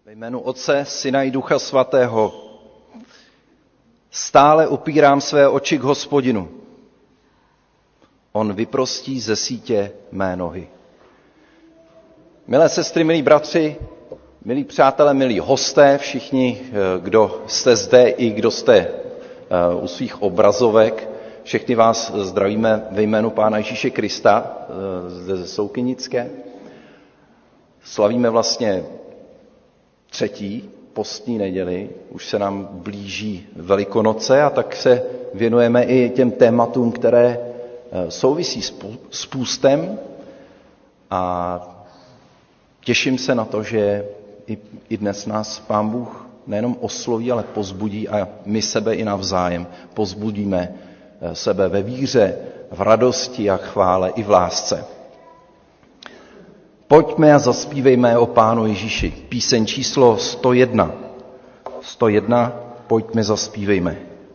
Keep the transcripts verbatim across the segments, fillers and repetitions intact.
Ve jménu Otce, Syna i Ducha Svatého. Stále upírám své oči k Hospodinu. On vyprostí ze sítě mé nohy. Milé sestry, milí bratři, milí přátelé, milí hosté, všichni, kdo jste zde i kdo jste u svých obrazovek, všechny vás zdravíme ve jménu Pána Ježíše Krista zde ze Soukynické. Slavíme vlastně třetí postní neděli, už se nám blíží Velikonoce a tak se věnujeme i těm tématům, které souvisí s půstem a těším se na to, že i dnes nás Pán Bůh nejenom osloví, ale pozbudí a my sebe i navzájem pozbudíme sebe ve víře, v radosti a chvále i v lásce. Pojďme a zaspívejme o Pánu Ježíši. Píseň číslo sto jedna. sto jedna, pojďme zaspívejme.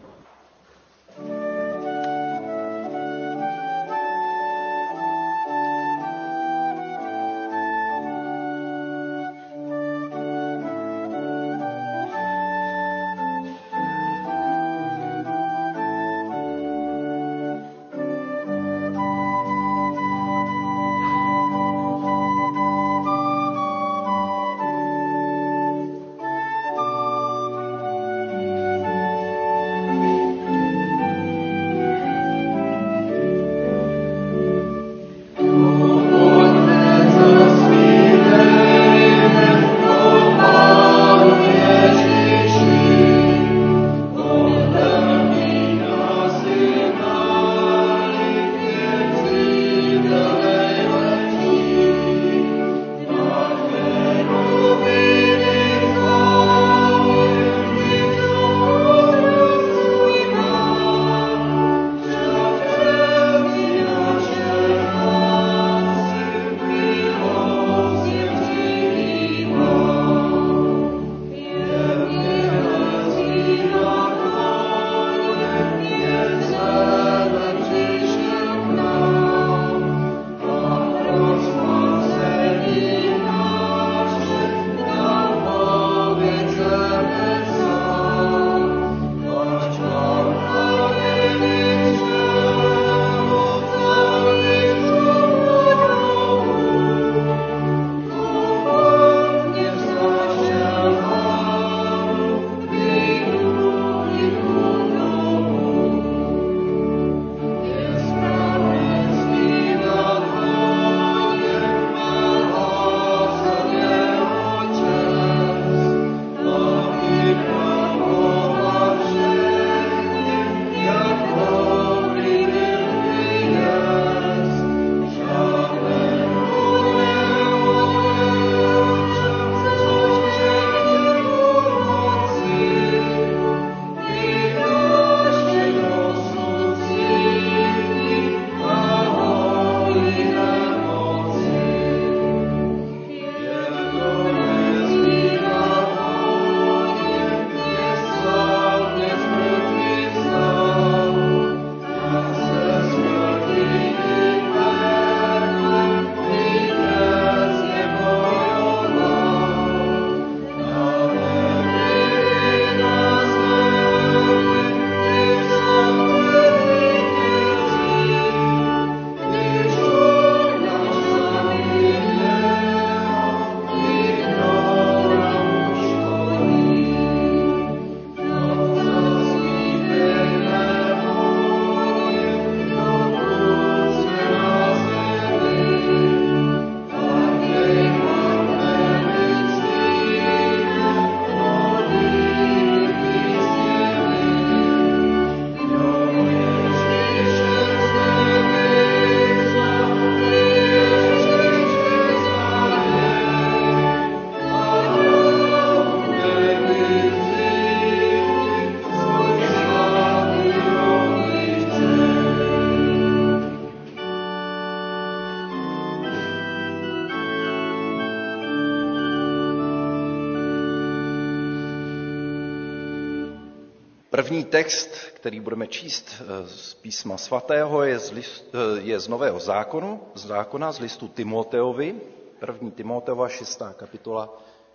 První text, který budeme číst z písma svatého, je z, list, je z Nového zákonu, z zákona, z listu Timoteovi, první Timoteova, šestá kapitola,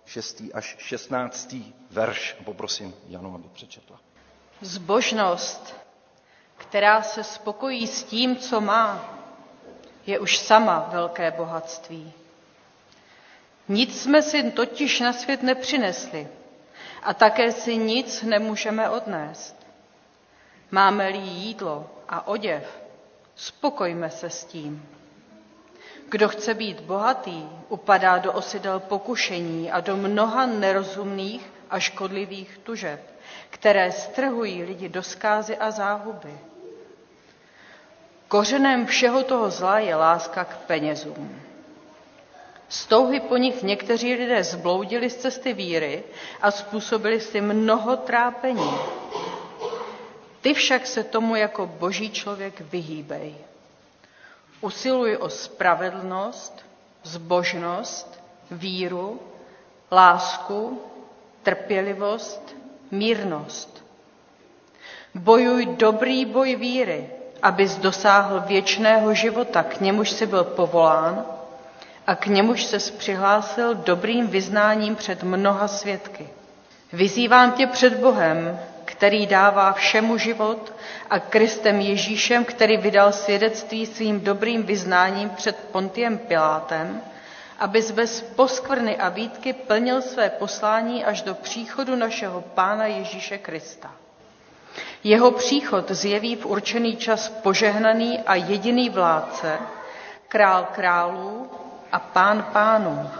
šestý až šestnáctý verš. Poprosím Janu, aby přečetla. Zbožnost, která se spokojí s tím, co má, je už sama velké bohatství. Nic jsme si totiž na svět nepřinesli a také si nic nemůžeme odnést. Máme-li jídlo a oděv, spokojme se s tím. Kdo chce být bohatý, upadá do osidel pokušení a do mnoha nerozumných a škodlivých tužeb, které strhují lidi do zkázy a záhuby. Kořenem všeho toho zla je láska k penězům. Z touhy po nich někteří lidé zbloudili z cesty víry a způsobili si mnoho trápení. Ty však se tomu jako boží člověk vyhýbej. Usiluj o spravedlnost, zbožnost, víru, lásku, trpělivost, mírnost. Bojuj dobrý boj víry, abys dosáhl věčného života, k němuž jsi byl povolán a k němuž ses přihlásil dobrým vyznáním před mnoha svědky. Vyzývám tě před Bohem, který dává všemu život, a Kristem Ježíšem, který vydal svědectví svým dobrým vyznáním před Pontiem Pilátem, abys bez poskvrny a výtky plnil své poslání až do příchodu našeho Pána Ježíše Krista. Jeho příchod zjeví v určený čas požehnaný a jediný vládce, král králů a pán pánů.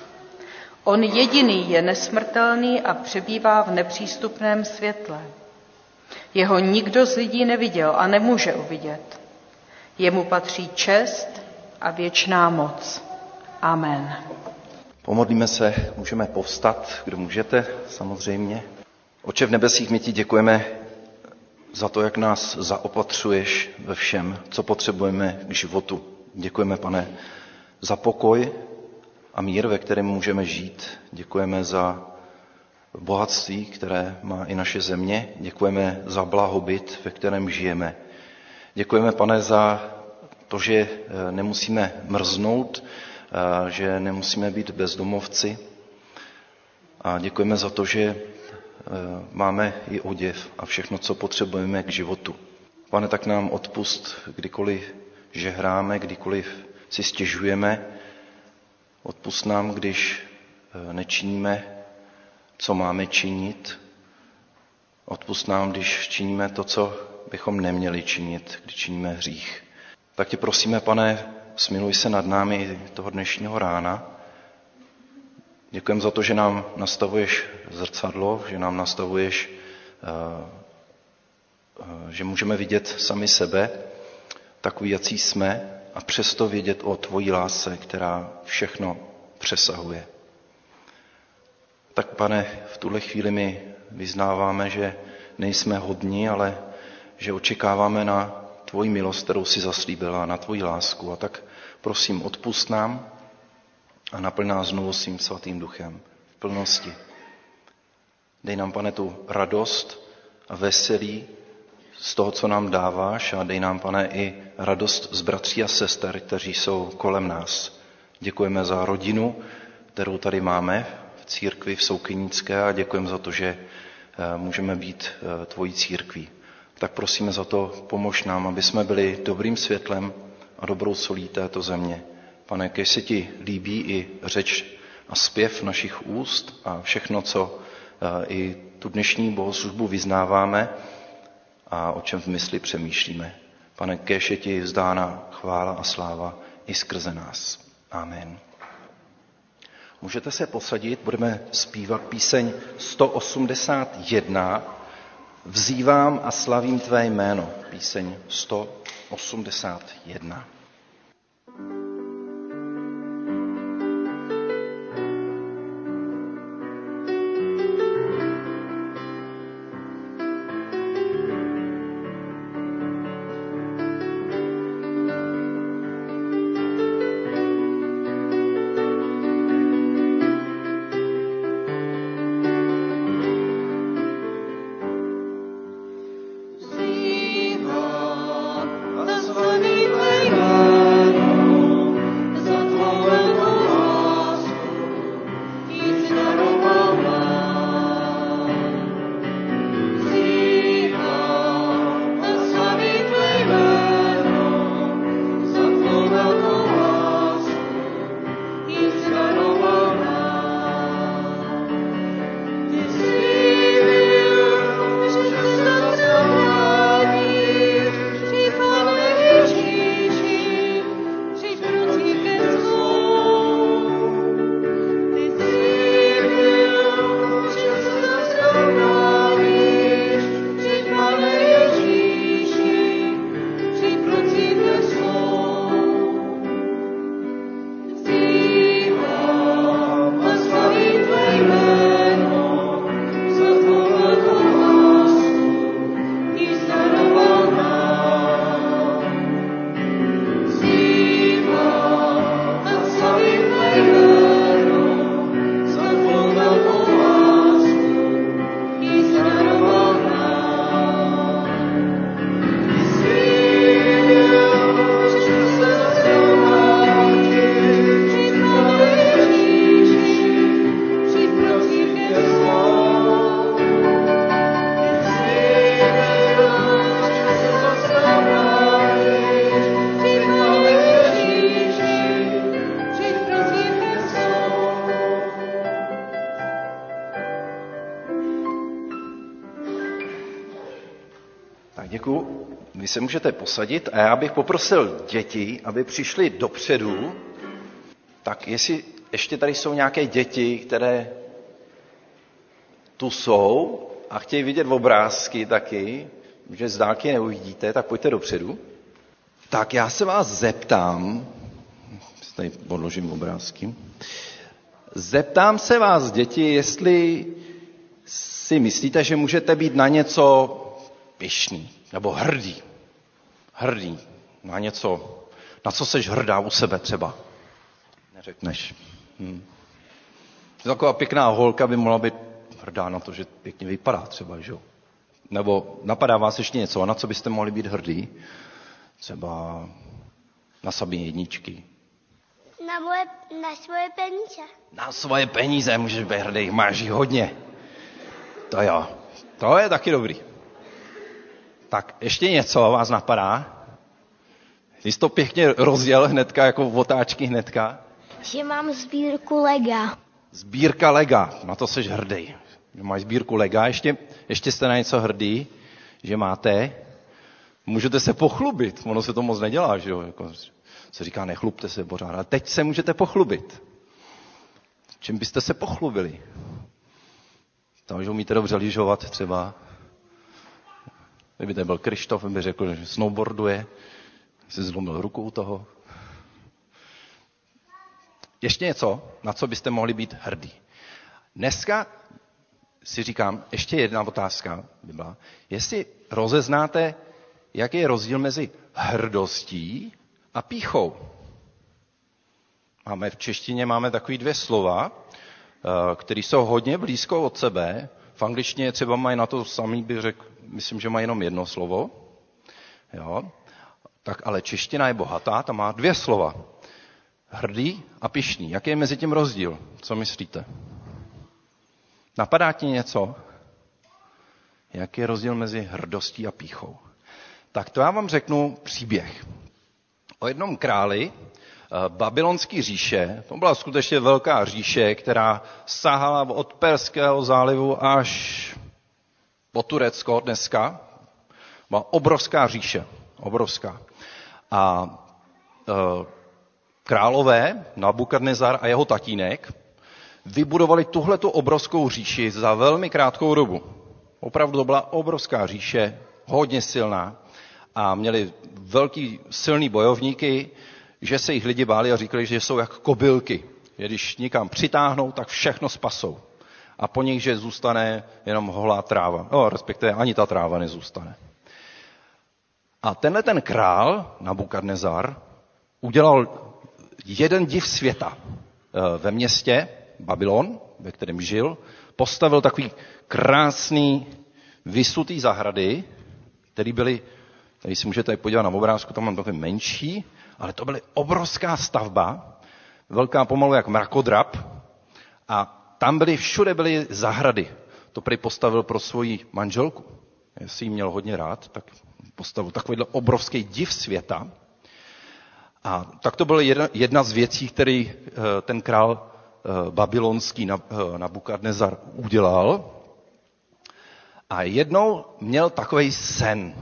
On jediný je nesmrtelný a přebývá v nepřístupném světle. Jeho nikdo z lidí neviděl a nemůže uvidět. Jemu patří čest a věčná moc. Amen. Pomodlíme se, můžeme povstat, kdo můžete, samozřejmě. Oče v nebesích, my ti děkujeme za to, jak nás zaopatřuješ ve všem, co potřebujeme k životu. Děkujeme, Pane, za pokoj a mír, ve kterém můžeme žít. Děkujeme za bohatství, které má i naše země. Děkujeme za blahobyt, ve kterém žijeme. Děkujeme, Pane, za to, že nemusíme mrznout, že nemusíme být bezdomovci. A děkujeme za to, že máme i oděv a všechno, co potřebujeme k životu. Pane, tak nám odpust, kdykoliv žehráme, kdykoliv si stěžujeme. Odpust nám, když nečiníme, co máme činit. Odpust nám, když činíme to, co bychom neměli činit, když činíme hřích. Tak tě prosíme, Pane, smiluj se nad námi toho dnešního rána. Děkujeme za to, že nám nastavuješ zrcadlo, že nám nastavuješ, že můžeme vidět sami sebe, takový, jací jsme, a přesto vědět o tvojí lásce, která všechno přesahuje. Tak, Pane, v tuhle chvíli my vyznáváme, že nejsme hodní, ale že očekáváme na tvoji milost, kterou jsi zaslíbila, na tvoji lásku. A tak prosím, odpusť nám a naplň nás znovu svým svatým duchem v plnosti. Dej nám, Pane, tu radost a veselí z toho, co nám dáváš, a dej nám, Pane, i radost z bratří a sester, kteří jsou kolem nás. Děkujeme za rodinu, kterou tady máme v církvi v Soukynické, a děkujeme za to, že můžeme být tvojí církví. Tak prosíme za to, pomož nám, aby jsme byli dobrým světlem a dobrou solí této země. Pane, kež se ti líbí i řeč a zpěv našich úst a všechno, co i tu dnešní bohoslužbu vyznáváme a o čem v mysli přemýšlíme. Pane, kéž je ti vzdána chvála a sláva i skrze nás. Amen. Můžete se posadit, budeme zpívat píseň sto osmdesát jedna. Vzývám a slavím tvé jméno. Píseň sto osmdesát jedna. Tvé jméno děkuju. Vy se můžete posadit a já bych poprosil děti, aby přišli dopředu. Tak jestli ještě tady jsou nějaké děti, které tu jsou a chtějí vidět obrázky taky, že z dálky neuvidíte, tak pojďte dopředu. Tak já se vás zeptám, tady podložím obrázky, zeptám se vás, děti, jestli si myslíte, že můžete být na něco pyšný nebo hrdý. Hrdý na něco, na co seš hrdá u sebe třeba. Neřekneš. Hm. Taková pěkná holka by mohla být hrdá na to, že pěkně vypadá třeba, že jo? Nebo napadá vás ještě něco, na co byste mohli být hrdí? Třeba na Sabine jedničky. Na, moje, na svoje peníze. Na svoje peníze můžeš být hrdý, máš jich hodně. To jo, to je taky dobrý. Tak ještě něco vás napadá? Jsi to pěkně rozděl hnedka, jako otáčky hnedka. Že mám sbírku lega. Sbírka lega, na to seš hrdý. Že máš sbírku lega, ještě, ještě jste na něco hrdý, že máte. Můžete se pochlubit, ono se to moc nedělá, že jo. Jako se říká, nechlubte se pořád, ale teď se můžete pochlubit. Čím byste se pochlubili? Tam, že umíte dobře lyžovat třeba. Kdyby to byl Krištof, by řekl, že snowboarduje, si zlomil ruku u toho. Ještě něco, na co byste mohli být hrdí. Dneska si říkám, ještě jedna otázka by byla, jestli rozeznáte, jaký je rozdíl mezi hrdostí a pýchou. Máme v češtině máme takový dvě slova, které jsou hodně blízko od sebe. V angličtině třeba mají na to samý, bych řekl, myslím, že mají jenom jedno slovo. Jo. Tak ale čeština je bohatá, tam má dvě slova. Hrdý a pyšný. Jaký je mezi tím rozdíl? Co myslíte? Napadá ti něco? Jaký je rozdíl mezi hrdostí a pýchou? Tak to já vám řeknu příběh. O jednom králi babylonské říše, to byla skutečně velká říše, která sahala od Perského zálivu až po Turecko dneska. Byla obrovská říše, obrovská. A e, králové, Nabukadnezar a jeho tatínek, vybudovali tuhletu obrovskou říši za velmi krátkou dobu. Opravdu to byla obrovská říše, hodně silná a měli velký silný bojovníky, že se jich lidi báli a říkali, že jsou jak kobylky. Že když někam přitáhnou, tak všechno spasou. A po nich, že zůstane jenom holá tráva. No, respektive ani ta tráva nezůstane. A tenhle ten král, Nabukadnezar, udělal jeden div světa. Ve městě Babylon, ve kterém žil, postavil takový krásný, vysutý zahrady, které byly, tady si můžete podívat na obrázku, tam mám takové menší, ale to byly obrovská stavba, velká pomalu jak mrakodrap, a tam byly, všude byly zahrady. To prý postavil pro svoji manželku. Jestli jí měl hodně rád, tak postavil takovýhle obrovský div světa. A tak to byla jedna, jedna z věcí, který ten král babylonský Nabukadnezar udělal. A jednou měl takovej sen.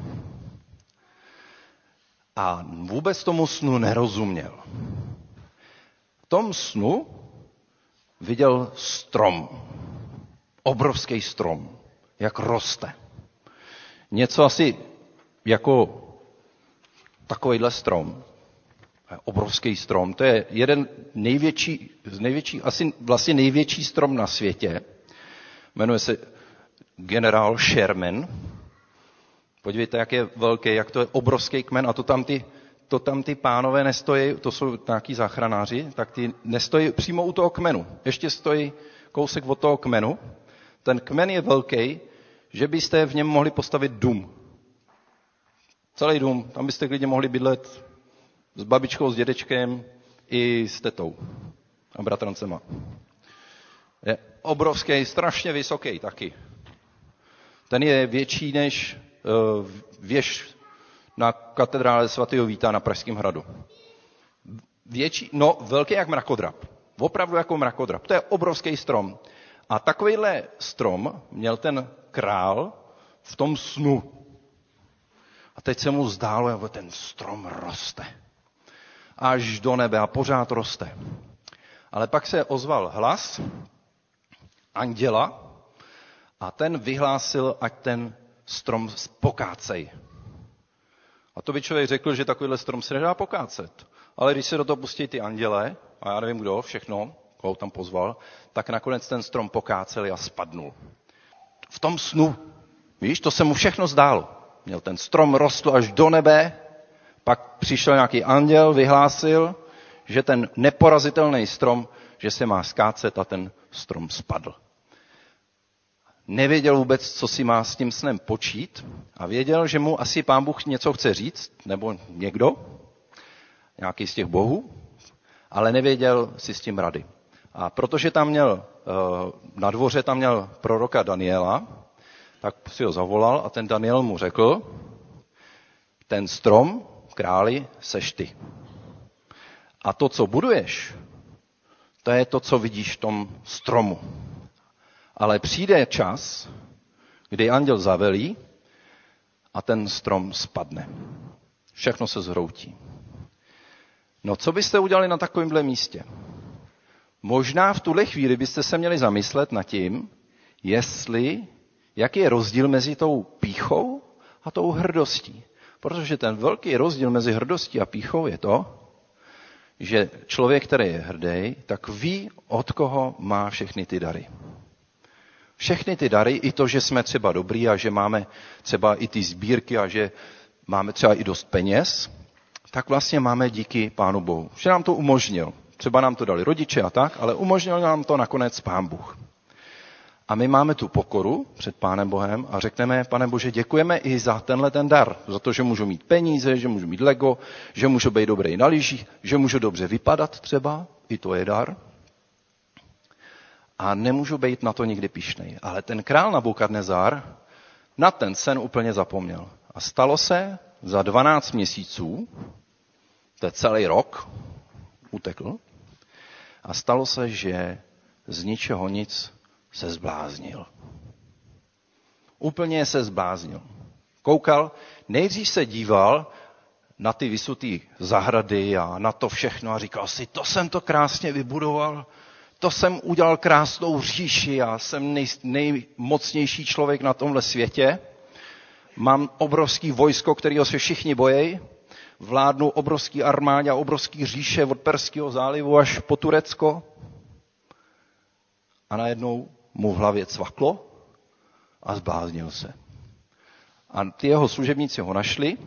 A vůbec tomu snu nerozuměl. V tom snu viděl strom. Obrovský strom. Jak roste. Něco asi jako takovýhle strom. Obrovský strom. To je jeden největší, největší, asi vlastně největší strom na světě. Jmenuje se generál Sherman. Podívejte, jak je velký, jak to je obrovský kmen a to tam ty, to tam ty pánové nestojí, to jsou nějaký záchranáři, tak ty nestojí přímo u toho kmenu. Ještě stojí kousek od toho kmenu. Ten kmen je velký, že byste v něm mohli postavit dům. Celý dům, tam byste klidně mohli bydlet s babičkou, s dědečkem i s tetou a bratrancema. Je obrovský, strašně vysoký taky. Ten je větší než uh, věž na katedrále svatého Víta na Pražském hradu. Větší, no velký jak mrakodrap. Opravdu jako mrakodrap. To je obrovský strom. A takovýhle strom měl ten král v tom snu. teď se mu zdálo, jako ten strom roste. Až do nebe a pořád roste. Ale pak se ozval hlas anděla a ten vyhlásil, ať ten strom pokácej. A to by člověk řekl, že takovýhle strom se nedá pokácet. Ale když se do toho pustí ty anděle, a já nevím kdo, všechno, koho tam pozval, tak nakonec ten strom pokáceli a spadnul. V tom snu, víš, to se mu všechno zdálo. Měl ten strom, rostl až do nebe, pak přišel nějaký anděl, vyhlásil, že ten neporazitelný strom, že se má skácet a ten strom spadl. Nevěděl vůbec, co si má s tím snem počít a věděl, že mu asi Pán Bůh něco chce říct, nebo někdo, nějaký z těch bohů, ale nevěděl si s tím rady. A protože tam měl, na dvoře tam měl proroka Daniela, tak si ho zavolal a ten Daniel mu řekl, ten strom, králi, seš ty. A to, co buduješ, to je to, co vidíš v tom stromu. Ale přijde čas, kdy anděl zavelí a ten strom spadne. Všechno se zhroutí. No co byste udělali na takovémhle místě? Možná v tuhle chvíli byste se měli zamyslet nad tím, jestli, jaký je rozdíl mezi tou pýchou a tou hrdostí. Protože ten velký rozdíl mezi hrdostí a pýchou je to, že člověk, který je hrdý, tak ví, od koho má všechny ty dary. Všechny ty dary, i to, že jsme třeba dobrý a že máme třeba i ty sbírky a že máme třeba i dost peněz, tak vlastně máme díky Pánu Bohu. Že nám to umožnil. Třeba nám to dali rodiče a tak, ale umožnil nám to nakonec Pán Bůh. A my máme tu pokoru před Pánem Bohem a řekneme, Pane Bože, děkujeme i za tenhle ten dar. Za to, že můžu mít peníze, že můžu mít Lego, že můžu být dobrý na lyžích, že můžu dobře vypadat třeba, i to je dar. A nemůžu být na to nikdy pyšnej. Ale ten král Nabukadnezar na ten sen úplně zapomněl. A stalo se za dvanáct měsíců, to je celý rok, utekl, a stalo se, že z ničeho nic se zbláznil. Úplně se zbláznil. Koukal, nejdřív se díval na ty vysutý zahrady a na to všechno a říkal si, to jsem to krásně vybudoval, to jsem udělal krásnou říši, já jsem nej, nejmocnější člověk na tomhle světě, mám obrovský vojsko, kterého se všichni bojejí, vládnu obrovský armádě a obrovský říše od Perského zálivu až po Turecko. A najednou mu v hlavě cvaklo a zbláznil se. A ty jeho služebníci ho našli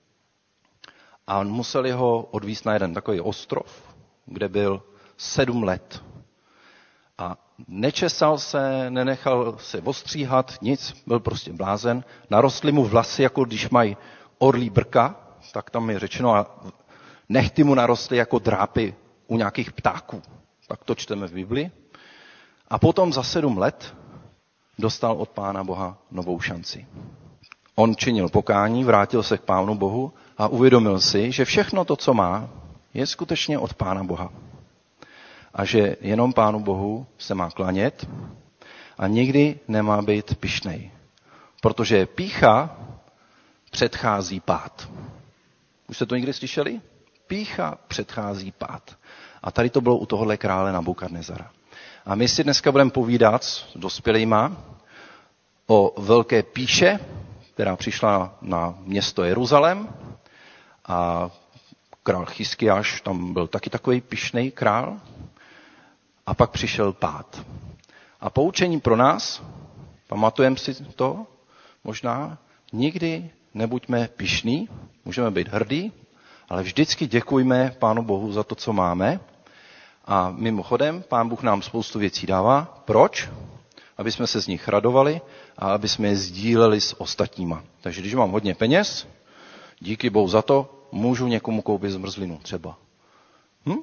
a museli ho odvízt na jeden takový ostrov, kde byl sedm let. A nečesal se, nenechal se ostříhat, nic, byl prostě blázen. Narostly mu vlasy, jako když mají orlí brka, tak tam je řečeno, a nehty mu narostly jako drápy u nějakých ptáků. Tak to čteme v Biblii. A potom za sedm let dostal od Pána Boha novou šanci. On činil pokání, vrátil se k Pánu Bohu a uvědomil si, že všechno to, co má, je skutečně od Pána Boha. A že jenom Pánu Bohu se má klanět a nikdy nemá být pyšnej. Protože pýcha předchází pád. Už jste to někdy slyšeli? Pýcha předchází pád. A tady to bylo u tohohle krále Nabukadnezara. A my si dneska budeme povídat s dospělýma o velké pýše, která přišla na město Jeruzalém. A král Chyskiáš tam byl taky takový pyšnej král. A pak přišel pád. A poučení pro nás, pamatujeme si to, možná, nikdy nebuďme pyšní, můžeme být hrdí, ale vždycky děkujme Pánu Bohu za to, co máme. A mimochodem, Pán Bůh nám spoustu věcí dává. Proč? Aby jsme se z nich radovali a aby jsme je sdíleli s ostatníma. Takže když mám hodně peněz, díky Bohu za to, můžu někomu koupit zmrzlinu třeba. Hm?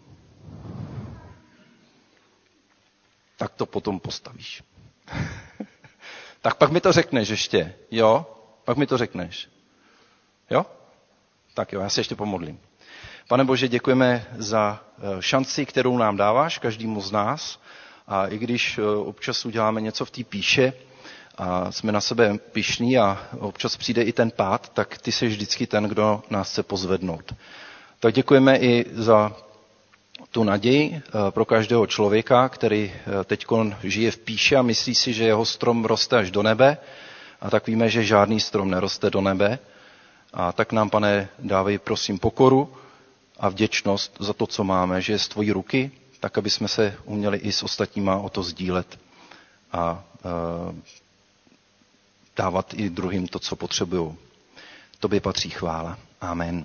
Tak to potom postavíš. Tak pak mi to řekneš ještě. Jo? Pak mi to řekneš. Jo? Tak jo, já se ještě pomodlím. Pane Bože, děkujeme za šanci, kterou nám dáváš, každému z nás. A i když občas uděláme něco v té píše a jsme na sebe pyšní a občas přijde i ten pád, tak ty jsi vždycky ten, kdo nás chce pozvednout. Tak děkujeme i za tu naději pro každého člověka, který teď žije v píši a myslí si, že jeho strom roste až do nebe. A tak víme, že žádný strom neroste do nebe. A tak nám, Pane, dávej prosím pokoru a vděčnost za to, co máme, že je z tvojí ruky, tak aby jsme se uměli i s ostatníma o to sdílet a e, dávat i druhým to, co potřebují. Tobě patří chvála. Amen.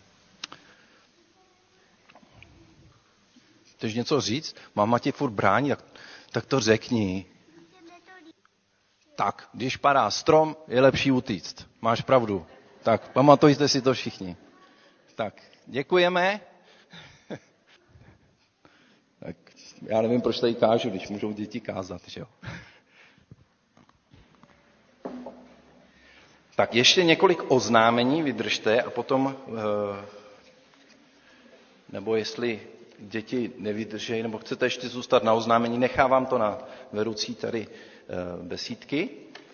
Chceš něco říct? Máma tě furt brání, tak, tak to řekni. Tak, když padá strom, je lepší utíct. Máš pravdu. Tak, pamatujte si to všichni. Tak, děkujeme. Tak, já nevím, proč tady kážu, když můžou děti kázat, že jo. Tak, ještě několik oznámení, vydržte, a potom, nebo jestli děti nevydržejí, nebo chcete ještě zůstat na oznámení, nechávám to na vedoucí tady besídky.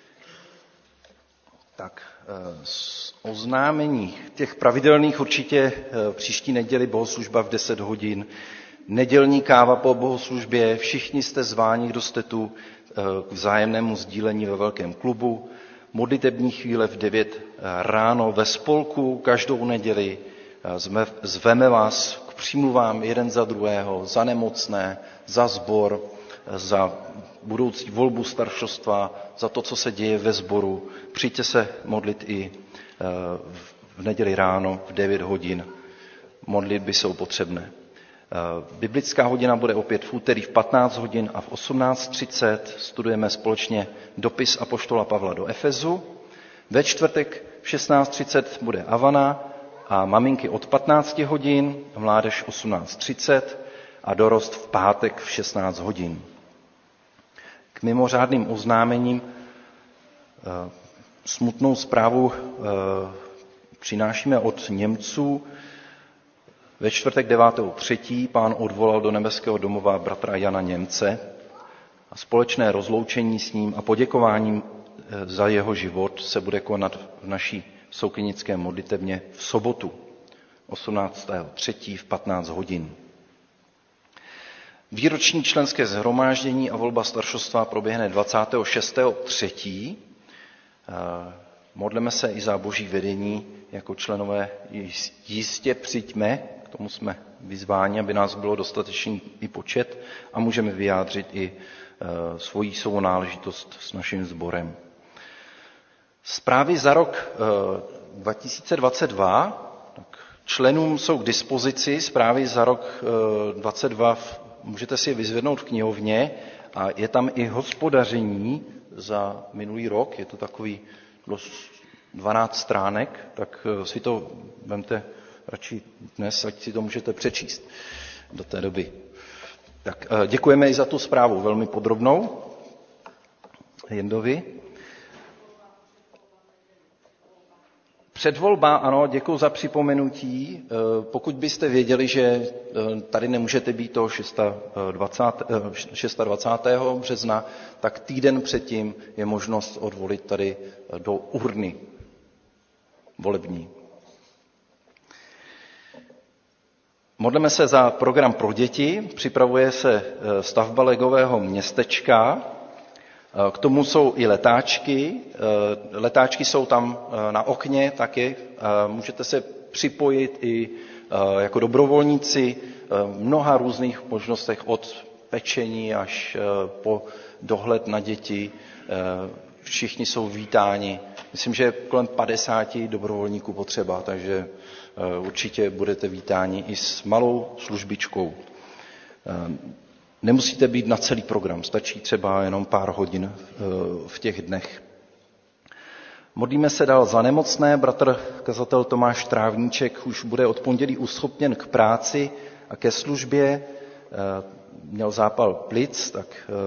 Tak, z oznámení těch pravidelných určitě příští neděli bohoslužba v deset hodin, nedělní káva po bohoslužbě, všichni jste zváni, kdo jste tu, k vzájemnému sdílení ve velkém klubu, modlitební chvíle v devět ráno ve spolku každou neděli, zveme vás k přímluvám jeden za druhého, za nemocné, za sbor, za budoucí volbu staršostva, za to, co se děje ve sboru. Přijďte se modlit i v neděli ráno v devět hodin. Modlitby jsou potřebné. Biblická hodina bude opět v úterý v patnáct hodin a v osmnáct třicet studujeme společně dopis apoštola Pavla do Efezu. Ve čtvrtek v šestnáct třicet bude Avana a maminky od patnáct hodin, mládež osmnáct třicet a dorost v pátek v šestnáct hodin. K mimořádným oznámením smutnou zprávu přinášíme od Němců. Ve čtvrtek devátého třetího pán odvolal do nebeského domova bratra Jana Němce a společné rozloučení s ním a poděkováním za jeho život se bude konat v naší soukynické modlitebně v sobotu osmnáctého třetího v patnáct hodin. Výroční členské shromáždění a volba staršostva proběhne dvacátého šestého třetího Modleme se i za boží vedení, jako členové jistě přijďme, k tomu jsme vyzváni, aby nás bylo dostatečný i počet a můžeme vyjádřit i svoji sounáležitost s naším sborem. Zprávy za rok dva tisíce dvacet dva, tak členům jsou k dispozici, zprávy za rok dvacet dva, můžete si je vyzvednout v knihovně a je tam i hospodaření za minulý rok, je to takový dvanáct stránek, tak si to vemte radši dnes, ať si to můžete přečíst do té doby. Tak děkujeme i za tu zprávu, velmi podrobnou. Jendovi. Předvolba, ano, děkuji za připomenutí. Pokud byste věděli, že tady nemůžete být toho dvacátého šestého března, tak týden předtím je možnost odvolit tady do urny volební. Modleme se za program pro děti, připravuje se stavba legového městečka, k tomu jsou i letáčky. Letáčky jsou tam na okně taky. Můžete se připojit i jako dobrovolníci v mnoha různých možnostech od pečení až po dohled na děti. Všichni jsou vítáni. Myslím, že kolem padesáti dobrovolníků potřeba, takže určitě budete vítáni i s malou službičkou. Nemusíte být na celý program, stačí třeba jenom pár hodin v těch dnech. Modlíme se dál za nemocné. Bratr kazatel Tomáš Trávníček už bude od pondělí uschopněn k práci a ke službě. Měl zápal plic, tak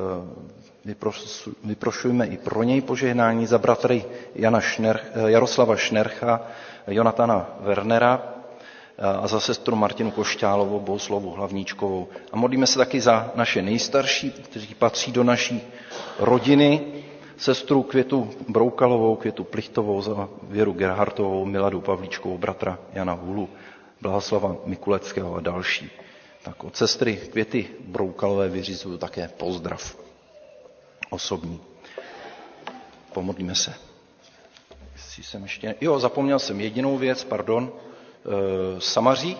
vyprošujeme i pro něj požehnání. Za bratry Jana Šnerch, Jaroslava Šnercha, Jonatana Wernera a za sestru Martinu Košťálovou, Bohuslavu Hlavníčkovou. A modlíme se taky za naše nejstarší, kteří patří do naší rodiny. sestru Květu Broukalovou, Květu Plichtovou, za Věru Gerhartovou, Miladu Pavlíčkovou, bratra Jana Hulu, Blahoslava Mikuleckého a další. Tak od sestry Květy Broukalové vyřizuju také pozdrav osobní. Pomodlíme se. Jestli jsem ještě... Jo, zapomněl jsem jedinou věc, pardon. E, Samaří.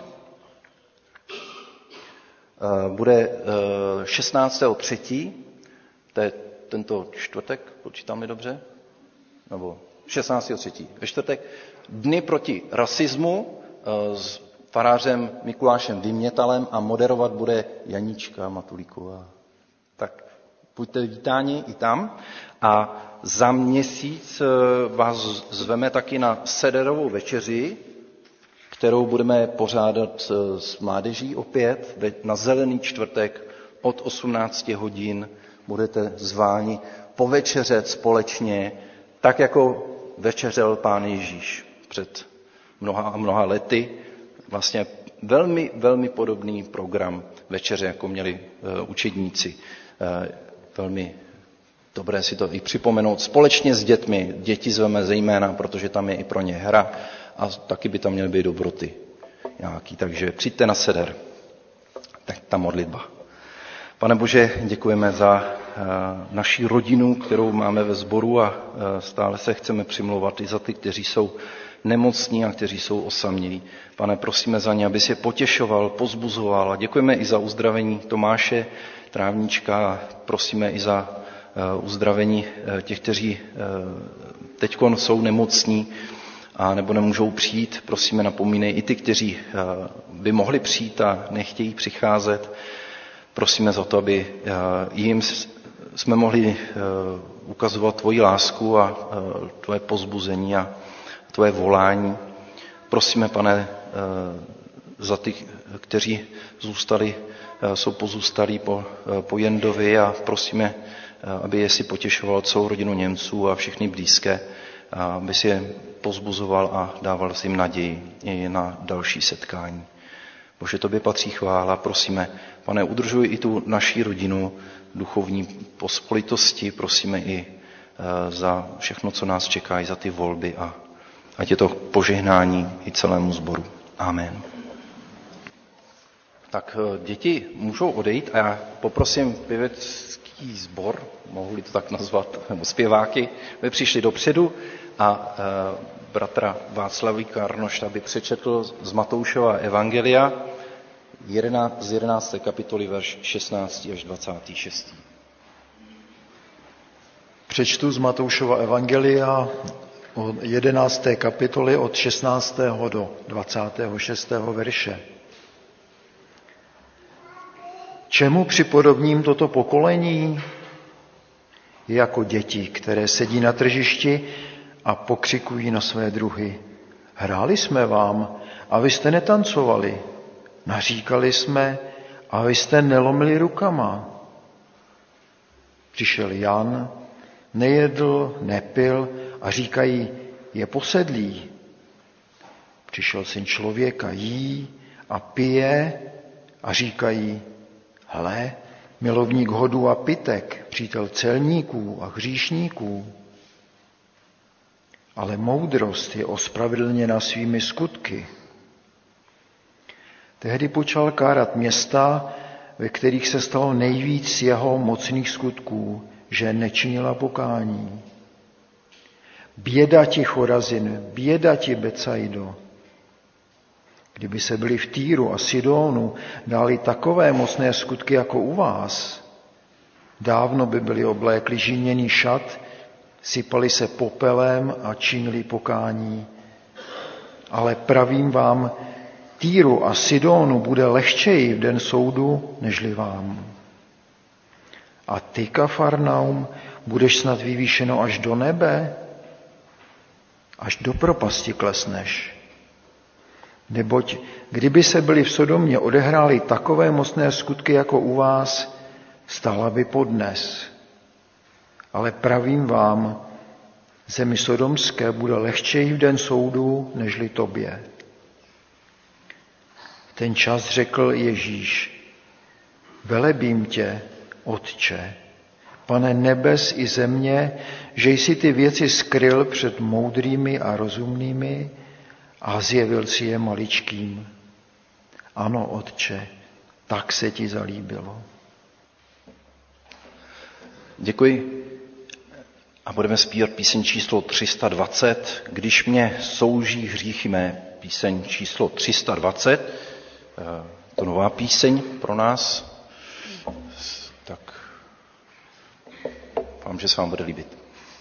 E, bude šestnáctého třetího To je tento čtvrtek, počítám-li dobře? Nebo šestnáctého třetího Ve čtvrtek. Dny proti rasismu s farářem Mikulášem Vymětalem a moderovat bude Janíčka Matulíková. Tak buďte vítáni i tam. A za měsíc vás zveme taky na sederovou večeři, kterou budeme pořádat s mládeží opět na Zelený čtvrtek od osmnácti hodin. Budete zváni povečeřet společně, tak jako večeřel Pán Ježíš před mnoha a mnoha lety. Vlastně velmi, velmi podobný program večeře, jako měli učedníci. Velmi dobré si to i připomenout. Společně s dětmi. Děti zveme zejména, protože tam je i pro ně hra a taky by tam měly být dobroty nějaký. Takže přijďte na seder. Tak ta modlitba. Pane Bože, děkujeme za naši rodinu, kterou máme ve sboru a stále se chceme přimlouvat i za ty, kteří jsou nemocní a kteří jsou osamělí. Pane, prosíme za ně, aby se potěšoval, pozbuzoval a děkujeme i za uzdravení Tomáše Trávníčka a prosíme i za uzdravení těch, kteří teď jsou nemocní a nebo nemůžou přijít. Prosíme, napomínej i ty, kteří by mohli přijít a nechtějí přicházet. Prosíme za to, aby jim jsme mohli ukazovat tvoji lásku a tvoje pozbuzení a tvoje volání. Prosíme, Pane, za ty, kteří zůstali, jsou pozůstalí po, po Jendovi a prosíme, aby je si potěšoval celou rodinu Němců a všechny blízké, aby si je pozbuzoval a dával si jim naději i na další setkání. Bože, tobě patří chvála, prosíme, Pane, udržuj i tu naší rodinu duchovní pospolitosti, prosíme i za všechno, co nás čeká, i za ty volby a ať je to požehnání i celému sboru. Amen. Tak děti můžou odejít a já poprosím pěvecký sbor, mohu-li to tak nazvat, nebo zpěváky, aby přišli dopředu a bratra Václavíka Arnošta by přečetl z Matoušova evangelia z jedenácté kapitoly verš šestnáct až dvacátý šestý Přečtu z Matoušova evangelia od jedenácté kapitoly od šestnáctého do dvacátého šestého verše. Čemu připodobním toto pokolení? Je jako děti, které sedí na tržišti a pokřikují na své druhy. Hráli jsme vám a vy jste netancovali. Naříkali jsme a vy jste nelomili rukama. Přišel Jan, nejedl, nepil a říkají, je posedlý. Přišel Syn člověka, jí a pije a říkají, hle, milovník hodů a pitek, přítel celníků a hříšníků. Ale moudrost je ospravedlněna svými skutky. Tehdy počal kárat města, ve kterých se stalo nejvíc jeho mocných skutků, že nečinila pokání. Běda ti, Chorazin, běda ti, Becaido. Kdyby se byli v Týru a Sidónu dali takové mocné skutky jako u vás, dávno by byli oblékli žíněný šat, sypali se popelem a činili pokání. Ale pravím vám, Týru a Sidónu bude lehčeji v den soudu, nežli vám. A ty, Kafarnaum, budeš snad vyvýšeno až do nebe? Až do propasti klesneš. Neboť kdyby se byli v Sodomě odehrály takové mocné skutky jako u vás, stála by podnes. Ale pravím vám, zemi sodomské bude lehčeji v den soudu, nežli tobě. V ten čas řekl Ježíš, velebím tě, Otče, Pane nebes i země, že jsi ty věci skryl před moudrými a rozumnými a zjevil si je maličkým. Ano, Otče, tak se ti zalíbilo. Děkuji. A budeme zpívat píseň číslo tři sta dvacet. Když mě souží hříchy mé, píseň číslo tři sta dvacet. To nová píseň pro nás. Tak doufám, že se vám bude líbit.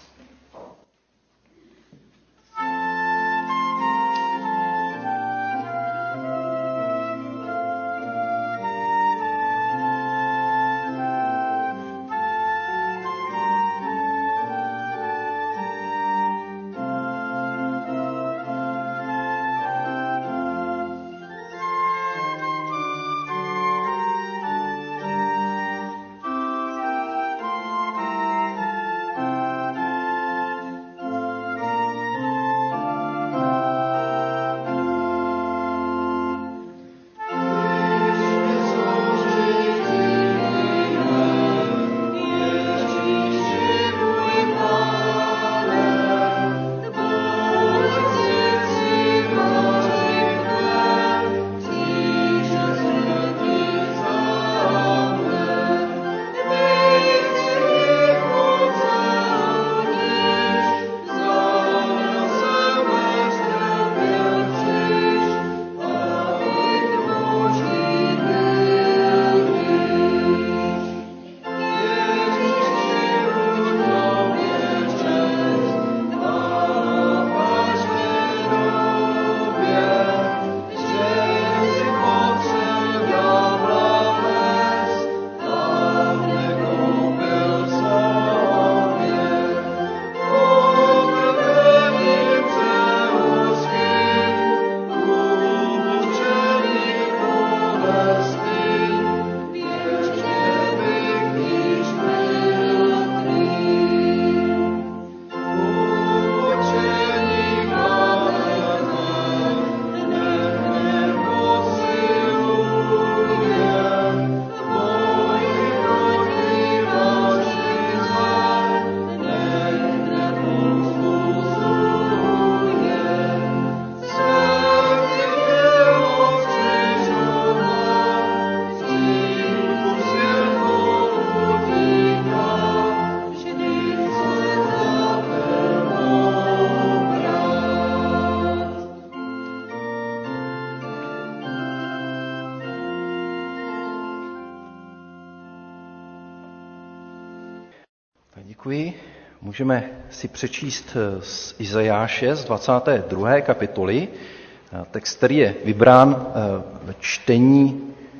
Děkuji. Můžeme si přečíst z Izajáše z dvacáté druhé kapitoly, text, který je vybrán ve čtení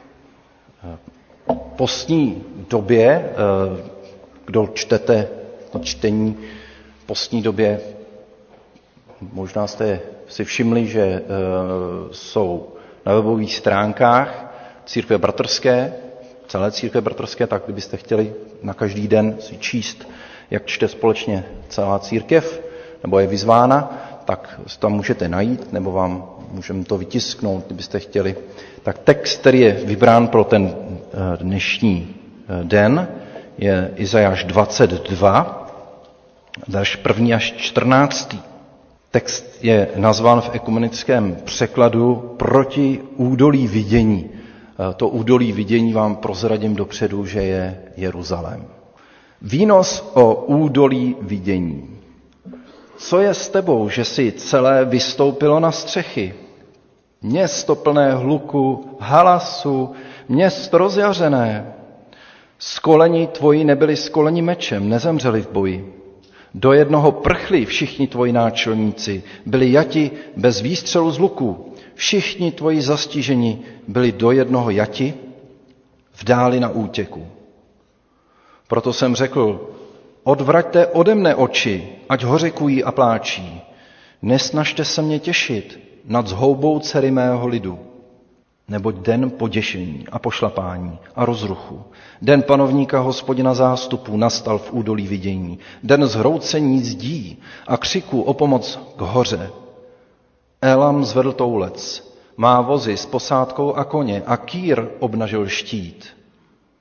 postní době. Kdo čtete čtení v postní době, možná jste si všimli, že jsou na webových stránkách Církve bratrské, celé Církve bratrské, tak kdybyste chtěli na každý den si číst, jak čte společně celá církev, nebo je vyzvána, tak tam můžete najít, nebo vám můžeme to vytisknout, kdybyste chtěli. Tak text, který je vybrán pro ten dnešní den, je Izajáš dvacet dva, verš první až čtrnáctý. Text je nazván v ekumenickém překladu Proti údolí vidění. To údolí vidění vám prozradím dopředu, že je Jeruzalém. Výnos o údolí vidění. Co je s tebou, že si celé vystoupilo na střechy? Město plné hluku, halasu, město rozjařené. Skolení tvoji nebyli skoleni mečem, nezemřeli v boji. Do jednoho prchli všichni tvoji náčelníci, byli jati bez výstřelu z luku. Všichni tvoji zastiženi byli do jednoho jati, vdáli na útěku. Proto jsem řekl, odvraťte ode mne oči, ať hořekují a pláčí. Nesnažte se mě těšit nad zhoubou dcery mého lidu. Neboť den poděšení a pošlapání a rozruchu, den panovníka Hospodina zástupů nastal v údolí vidění, den zhroucení zdí a křiku o pomoc k hoře. Elam zvedl toulec, má vozy s posádkou a koně a Kýr obnažil štít.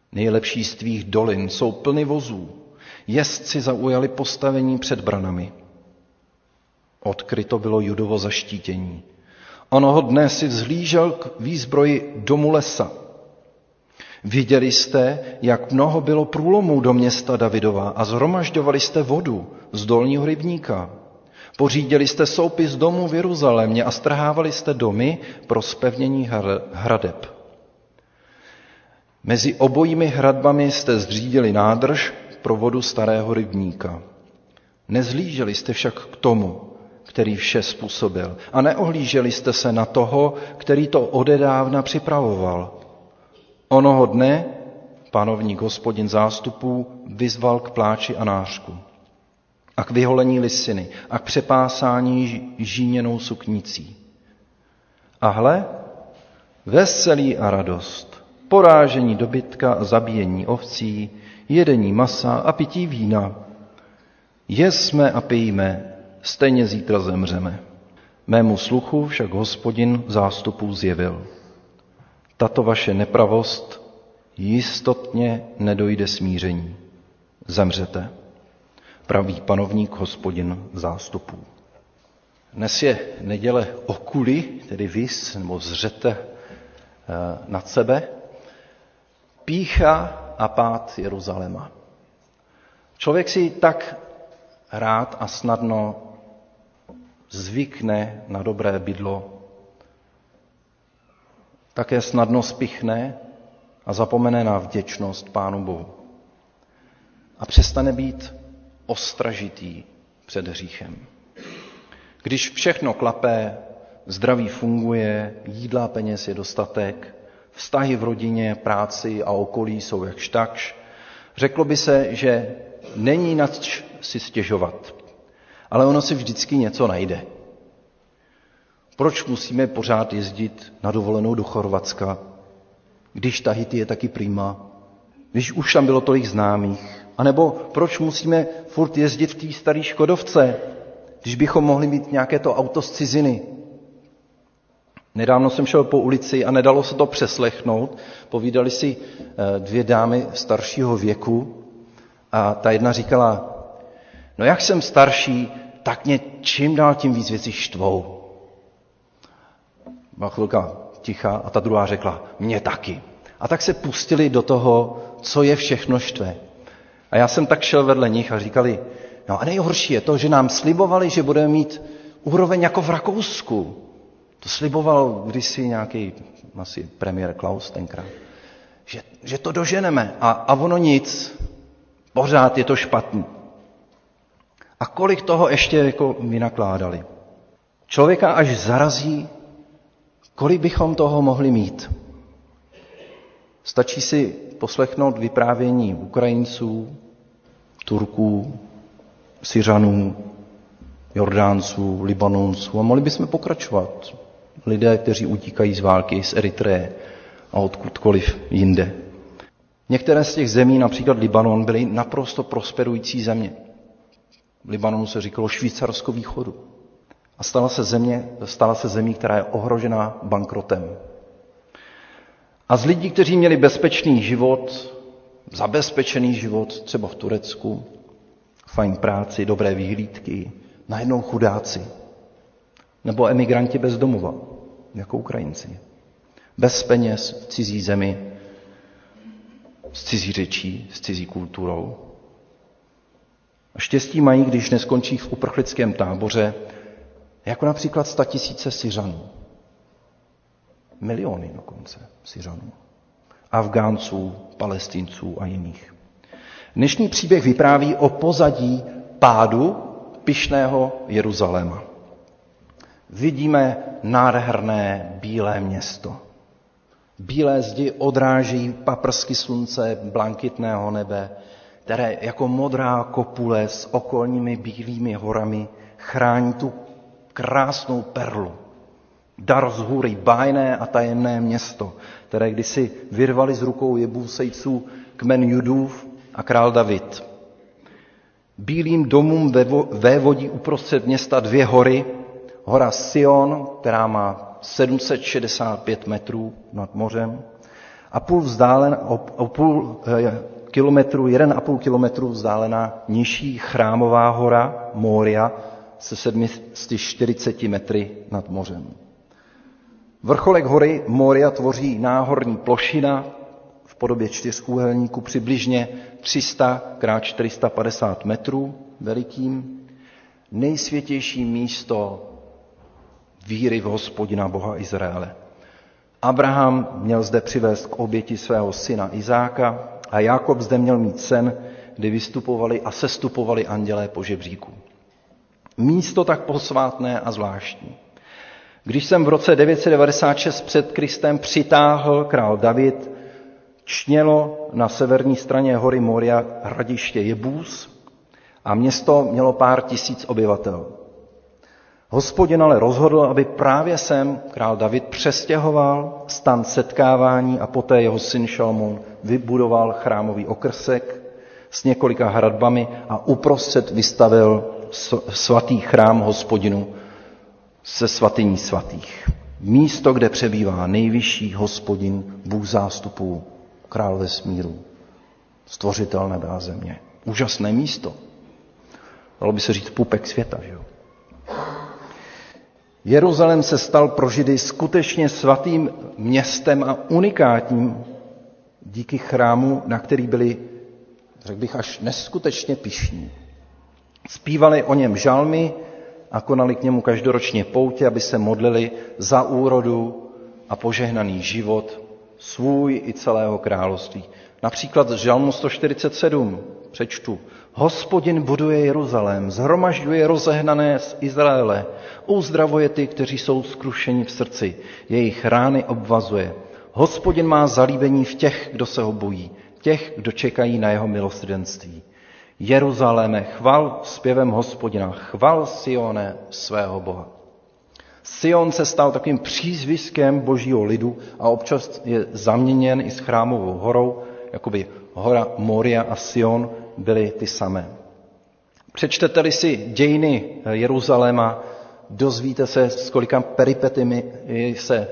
Nejlepší z tvých dolin jsou plny vozů. Jezdci zaujali postavení před branami. Odkryto bylo Judovo zaštítění. Onoho dne si vzhlížel k výzbroji domu lesa. Viděli jste, jak mnoho bylo průlomů do města Davidova a zhromažďovali jste vodu z dolního rybníka. Pořídili jste soupis domů v Jeruzalémě a strhávali jste domy pro zpevnění hradeb. Mezi obojími hradbami jste zřídili nádrž pro vodu starého rybníka. Nezhlíželi jste však k tomu, který vše způsobil, a neohlíželi jste se na toho, který to odedávna připravoval. Onoho dne panovník Hospodin zástupů vyzval k pláči a nářku a k vyholení lisiny a k přepásání žíněnou suknicí. A hle, veselí a radost, porážení dobytka a zabíjení ovcí, jedení masa a pití vína. Jesme a pijme, stejně zítra zemřeme. Mému sluchu však Hospodin zástupů zjevil. Tato vaše nepravost jistotně nedojde smíření. Zemřete, praví panovník Hospodin zástupů. Dnes je neděle Okuli, tedy vis, nebo zřete nad sebe, pýcha a pád Jeruzaléma. Člověk si tak rád a snadno zvykne na dobré bydlo, také snadno spichne a zapomene na vděčnost Pánu Bohu. A přestane být ostražitý před hříchem. Když všechno klapé, zdraví funguje, jídla a peněz je dostatek, vztahy v rodině, práci a okolí jsou jakž takž, řeklo by se, že není nad č si stěžovat. Ale ono si vždycky něco najde. Proč musíme pořád jezdit na dovolenou do Chorvatska, když Tahiti je taky prima, když už tam bylo tolik známých? A nebo proč musíme furt jezdit v té staré Škodovce, když bychom mohli mít nějaké to auto z ciziny? Nedávno jsem šel po ulici a nedalo se to přeslechnout. Povídali si dvě dámy staršího věku a ta jedna říkala, no jak jsem starší, tak mě čím dál tím víc věcí štvou. Byla chvilka ticha a ta druhá řekla, mě taky. A tak se pustili do toho, co je všechno štve. A já jsem tak šel vedle nich a říkali, no a nejhorší je to, že nám slibovali, že budeme mít úroveň jako v Rakousku. To sliboval kdysi nějaký asi premiér Klaus tenkrát. Že, že to doženeme a, a ono nic. Pořád je to špatný. A kolik toho ještě jako vynakládali. Člověka až zarazí, kolik bychom toho mohli mít. Stačí si poslechnout vyprávění Ukrajinců, Turků, Syřanů, Jordánců, Libanonců a mohli bychom pokračovat. Lidé, kteří utíkají z války z Eritreje a odkudkoliv jinde. Některé z těch zemí, například Libanon, byly naprosto prosperující země. V Libanonu se říkalo Švýcarsko východu. A stala se, země, stala se zemí, která je ohrožená bankrotem. A z lidí, kteří měli bezpečný život, zabezpečený život, třeba v Turecku, fajn práci, dobré vyhlídky, najednou chudáci. Nebo emigranti bez domova, jako Ukrajinci. Bez peněz v cizí zemi, s cizí řečí, s cizí kulturou. A štěstí mají, když neskončí v uprchlickém táboře, jako například statisíce Syřanů. Miliony dokonce Syřanů. Afgánců, Palestinců a jiných. Dnešní příběh vypráví o pozadí pádu pyšného Jeruzaléma. Vidíme nádherné bílé město. Bílé zdi odráží paprsky slunce, blankitného nebe, které jako modrá kopule s okolními bílými horami chrání tu krásnou perlu. Dar z hůry, bájné a tajemné město, které kdysi vyrvali z rukou Jebusejců kmen Judův a král David. Bílým domům vévodí uprostřed města dvě hory. Hora Sion, která má sedm set šedesát pět metrů nad mořem, a půl vzdálen, o, o půl eh, kilometru, jeden a půl kilometru vzdálená nižší chrámová hora Moria se sedmi sty čtyřiceti metry nad mořem. Vrcholek hory Moria tvoří náhorní plošina v podobě čtyřúhelníku přibližně tři sta krát čtyři sta padesát metrů velikým, nejsvětější místo víry v Hospodina Boha Izraele. Abraham měl zde přivést k oběti svého syna Izáka a Jákob zde měl mít sen, kdy vystupovali a sestupovali andělé po žebříku. Místo tak posvátné a zvláštní. Když jsem v roce devět set devadesát šest před Kristem přitáhl král David, čnělo na severní straně hory Moria hradiště Jebús a město mělo pár tisíc obyvatel. Hospodin ale rozhodl, aby právě sem král David přestěhoval stan setkávání a poté jeho syn Šalomón vybudoval chrámový okrsek s několika hradbami a uprostřed vystavil svatý chrám Hospodinu se svatyní svatých. Místo, kde přebývá nejvyšší Hospodin, Bůh zástupů, král vesmíru, stvořitel nebe a země. Úžasné místo. Dalo by se říct pupek světa, že jo? Jeruzalém se stal pro Židy skutečně svatým městem a unikátním díky chrámu, na který byli, řekl bych, až neskutečně pyšní. Zpívali o něm žalmy a konali k němu každoročně poutě, aby se modlili za úrodu a požehnaný život svůj i celého království. Například z žalmu sto čtyřicet sedm přečtu. Hospodin buduje Jeruzalém, zhromažďuje rozehnané z Izraele, uzdravuje ty, kteří jsou skrušeni v srdci, jejich rány obvazuje. Hospodin má zalíbení v těch, kdo se ho bojí, těch, kdo čekají na jeho milosrdenství. Jeruzaléme, chval zpěvem Hospodina, chval Sione svého Boha. Sion se stal takovým přízviskem božího lidu a občas je zaměněn i s chrámovou horou, jakoby hora Moria a Sion byly ty samé. Přečtete-li si dějiny Jeruzaléma, dozvíte se, s kolika peripetimi se,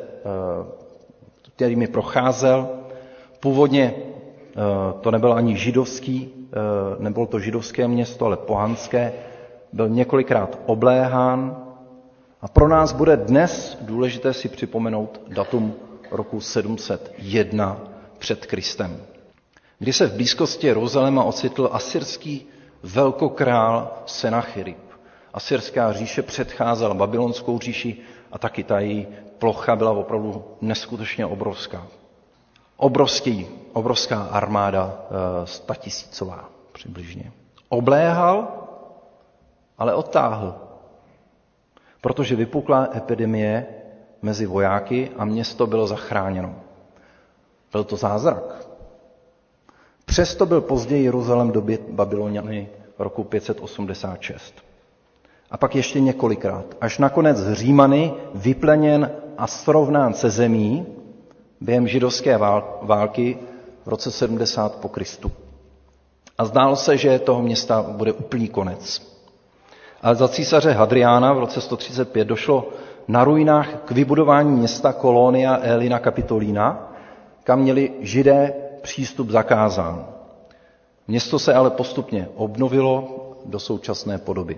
kterými procházel. Původně to nebyl ani židovský, nebylo to židovské město, ale pohanské. Byl několikrát obléhán a pro nás bude dnes důležité si připomenout datum roku sedm set jedna před Kristem, kdy se v blízkosti Jeruzaléma ocitl asyrský velkokrál Senachirib. Asyrská říše předcházela babylonskou říši a taky ta její plocha byla opravdu neskutečně obrovská. Obrovský, obrovská armáda, statisícová přibližně. Obléhal, ale odtáhl, protože vypukla epidemie mezi vojáky a město bylo zachráněno. Byl to zázrak. Přesto byl později Jeruzalém dobyt Babyloniany roku pět set osmdesát šest. A pak ještě několikrát, až nakonec Římany vypleněn a srovnán se zemí během židovské války v roce sedmdesát po Kristu. A zdálo se, že toho města bude úplný konec. Ale za císaře Hadriána v roce sto třicet pět došlo na ruinách k vybudování města Kolonia Elina Capitolina, kam měli Židé přístup zakázán. Město se ale postupně obnovilo do současné podoby.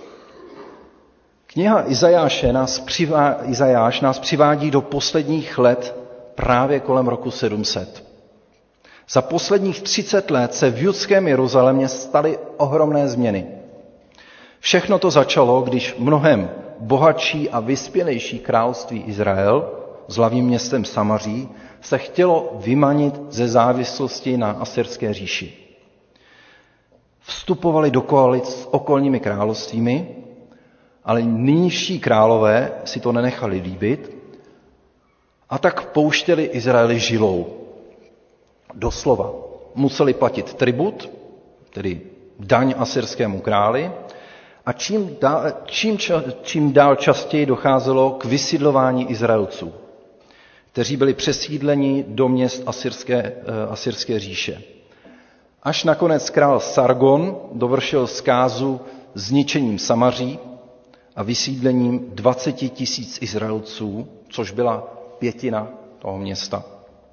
Kniha Izajáše nás přivá, Izajáš nás přivádí do posledních let právě kolem roku sedm set. Za posledních třicet let se v judském Jeruzalémě staly ohromné změny. Všechno to začalo, když mnohem bohatší a vyspělejší království Izrael s hlavním městem Samaří se chtělo vymanit ze závislosti na asyrské říši. Vstupovali do koalic s okolními královstvími, ale nynější králové si to nenechali líbit a tak pouštěli Izraeli žilou. Doslova museli platit tribut, tedy daň asyrskému králi, a čím dál, čím, čím dál častěji docházelo k vysídlování Izraelců, kteří byli přesídleni do měst asyrské, asyrské říše. Až nakonec král Sargon dovršil zkázu zničením Samaří a vysídlením dvacet tisíc Izraelců, což byla pětina toho města.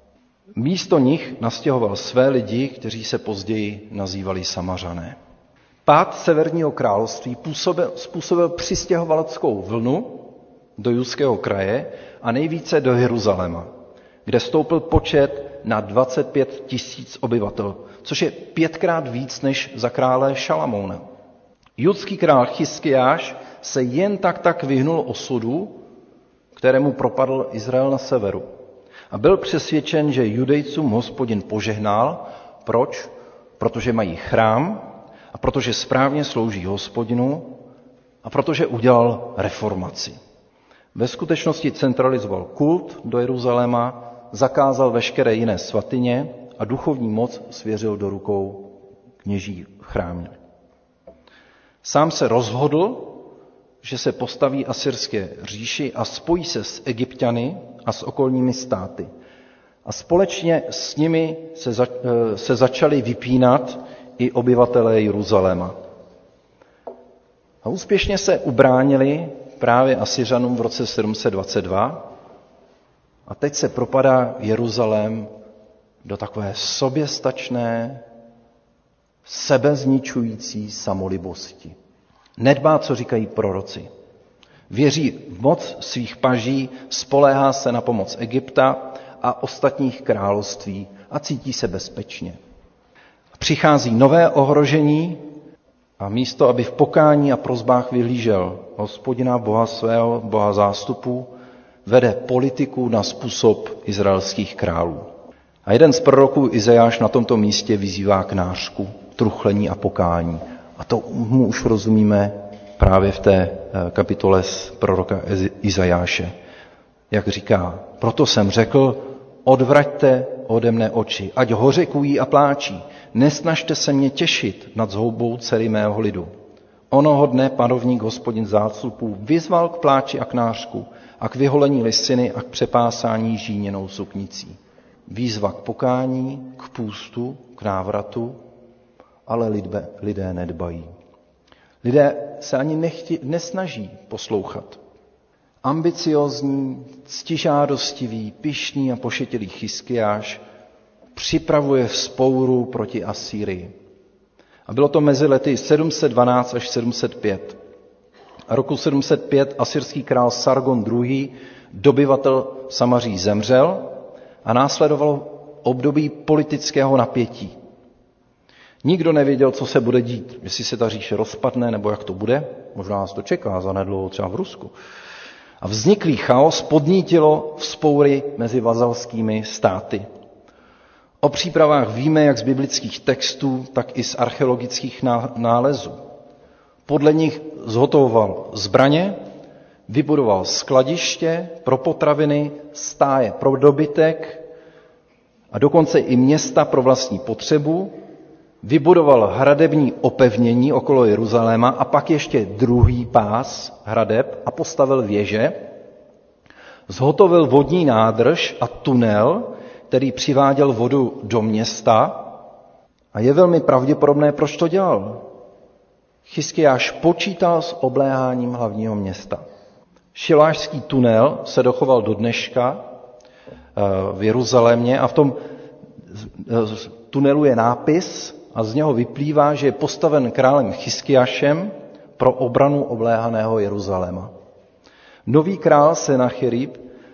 Místo nich nastěhoval své lidi, kteří se později nazývali Samařané. Pád Severního království působil, způsobil přistěhovaleckou vlnu do judského kraje a nejvíce do Jeruzaléma, kde stoupil počet na dvacet pět tisíc obyvatel, což je pětkrát víc než za krále Šalamouna. Judský král Chiskiáš se jen tak tak vyhnul osudu, kterému propadl Izrael na severu. A byl přesvědčen, že Judejcům Hospodin požehnal. Proč? Protože mají chrám a protože správně slouží Hospodinu a protože udělal reformaci. Ve skutečnosti centralizoval kult do Jeruzaléma, zakázal veškeré jiné svatyně a duchovní moc svěřil do rukou kněží chrámu. Sám se rozhodl, že se postaví asyrské říši a spojí se s Egypťany a s okolními státy. A společně s nimi se, za, se začali vypínat i obyvatelé Jeruzaléma. A úspěšně se ubránili právě Asyřanům v roce sedm set dvacet dva a teď se propadá Jeruzalém do takové soběstačné, sebezničující samolibosti. Nedbá, co říkají proroci. Věří v moc svých paží, spoléhá se na pomoc Egypta a ostatních království a cítí se bezpečně. Přichází nové ohrožení a místo, aby v pokání a prosbách vyhlížel Hospodina, Boha svého, Boha zástupů, vede politiku na způsob izraelských králů. A jeden z proroků Izajáš na tomto místě vyzývá k nářku, truchlení a pokání. A to mu už rozumíme právě v té kapitole z proroka Izajáše. Jak říká, proto jsem řekl, odvraťte ode mne oči, ať hořekují a pláčí, nesnažte se mě těšit nad zhoubou dcery mého lidu. Onoho dne panovník Hospodin zástupů vyzval k pláči a k nářku a k vyholení lisiny a k přepásání žíněnou suknicí. Výzva k pokání, k půstu, k návratu, ale lidé, lidé nedbají. Lidé se ani nechtí, nesnaží poslouchat. Ambiciózní, ctižádostivý, pyšný a pošetilý Chiskiáš připravuje vzpouru proti Asýrii. A bylo to mezi lety sedm set dvanáct až sedm set pět. A roku sedm set pět asyrský král Sargon druhý., dobyvatel Samaří, zemřel a následovalo období politického napětí. Nikdo nevěděl, co se bude dít, jestli se ta říše rozpadne, nebo jak to bude. Možná nás to čeká zanedlouho třeba v Rusku. A vzniklý chaos podnítilo vzpoury mezi vazalskými státy. O přípravách víme jak z biblických textů, tak i z archeologických nálezů. Podle nich zhotovoval zbraně, vybudoval skladiště pro potraviny, stáje pro dobytek a dokonce i města pro vlastní potřebu, vybudoval hradební opevnění okolo Jeruzaléma a pak ještě druhý pás hradeb a postavil věže, zhotovil vodní nádrž a tunel, který přiváděl vodu do města a je velmi pravděpodobné, proč to dělal. Chiskiáš počítal s obléháním hlavního města. Šilášský tunel se dochoval do dneška v Jeruzalémě a v tom tunelu je nápis a z něho vyplývá, že je postaven králem Chiskiášem pro obranu obléhaného Jeruzaléma. Nový král Senachérib,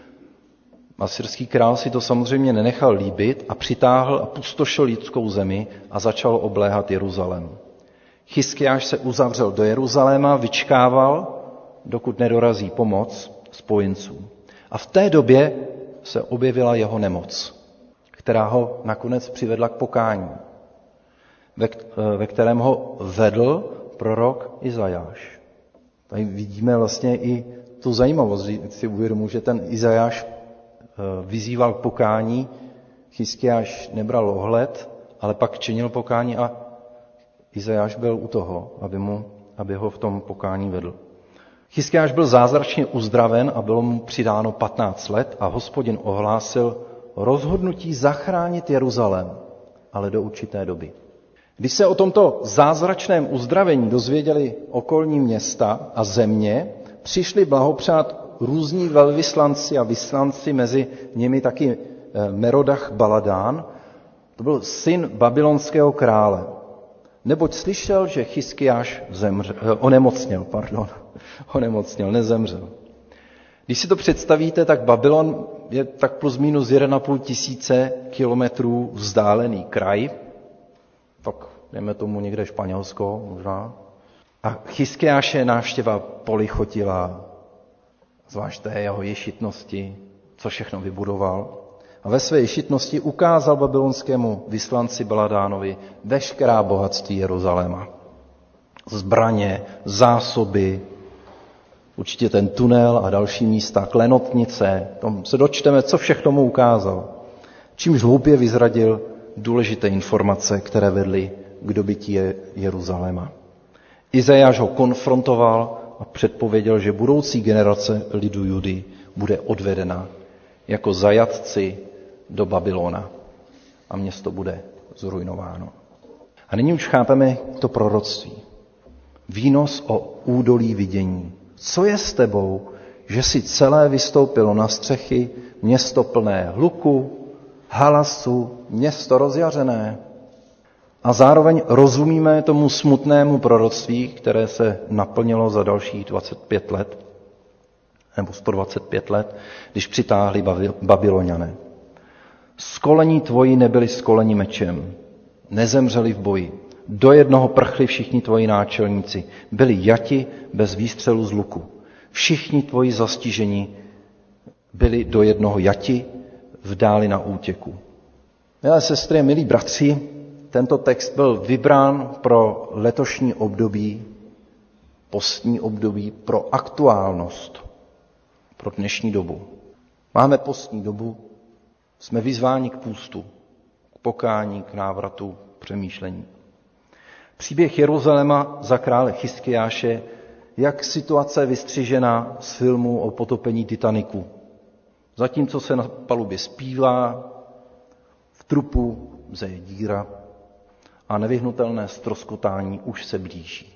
asyrský král, si to samozřejmě nenechal líbit a přitáhl a pustošil judskou zemi a začal obléhat Jeruzalém. Chiskiáš se uzavřel do Jeruzaléma, vyčkával, dokud nedorazí pomoc spojenců. A v té době se objevila jeho nemoc, která ho nakonec přivedla k pokání, ve, ve kterém ho vedl prorok Izajáš. Tady vidíme vlastně i tu zajímavost, že si uvědomuji, že ten Izajáš vyzýval k pokání, Chiskiáš nebral ohled, ale pak činil pokání a Izajáš byl u toho, aby, mu, aby ho v tom pokání vedl. Chiskiáš byl zázračně uzdraven a bylo mu přidáno patnáct let a Hospodin ohlásil rozhodnutí zachránit Jeruzalém, ale do určité doby. Když se o tomto zázračném uzdravení dozvěděli okolní města a země, přišli blahopřát různí velvyslanci a vyslanci, mezi nimi taky Merodach Baladán, to byl syn babylonského krále. Neboť slyšel, že Chiskiáš zemře, onemocněl, pardon, onemocněl, nezemřel. Když si to představíte, tak Babylon je tak plus minus jedna a půl tisíce kilometrů vzdálený kraj, tak dejme tomu někde Španělsko možná. A Chiskiáše návštěva polichotila, zvlášť té jeho ješitnosti, co všechno vybudoval. A ve své ješitnosti ukázal babylonskému vyslanci Baladánovi veškerá bohatství Jeruzaléma. Zbraně, zásoby, určitě ten tunel a další místa, klenotnice, tam se dočteme, co všechno mu ukázal. Čímž hloupě vyzradil důležité informace, které vedly k dobytí Jeruzaléma. Izajáš ho konfrontoval a předpověděl, že budoucí generace lidu Judy bude odvedena jako zajatci do Babylona a město bude zrujnováno. A nyní už chápeme to proroctví. Výnos o údolí vidění. Co je s tebou, že si celé vystoupilo na střechy, město plné hluku, halasu, město rozjařené? A zároveň rozumíme tomu smutnému proroctví, které se naplnilo za dalších dvacet pět let, nebo sto dvacet pět let, když přitáhli Babyloniané. Skolení tvoji nebyli skoleni mečem, nezemřeli v boji. Do jednoho prchli všichni tvoji náčelníci, byli jati bez výstřelu z luku. Všichni tvoji zastižení byli do jednoho jati vdáli na útěku. Milé sestry, milí bratři, tento text byl vybrán pro letošní období, postní období, pro aktuálnost, pro dnešní dobu. Máme postní dobu, jsme vyzváni k půstu, k pokání, k návratu, k přemýšlení. Příběh Jeruzaléma za krále Chiskiáše, jak situace vystřižená z filmu o potopení Titaniku. Zatímco se na palubě zpívá, v trupu zeje díra a nevyhnutelné ztroskotání už se blíží.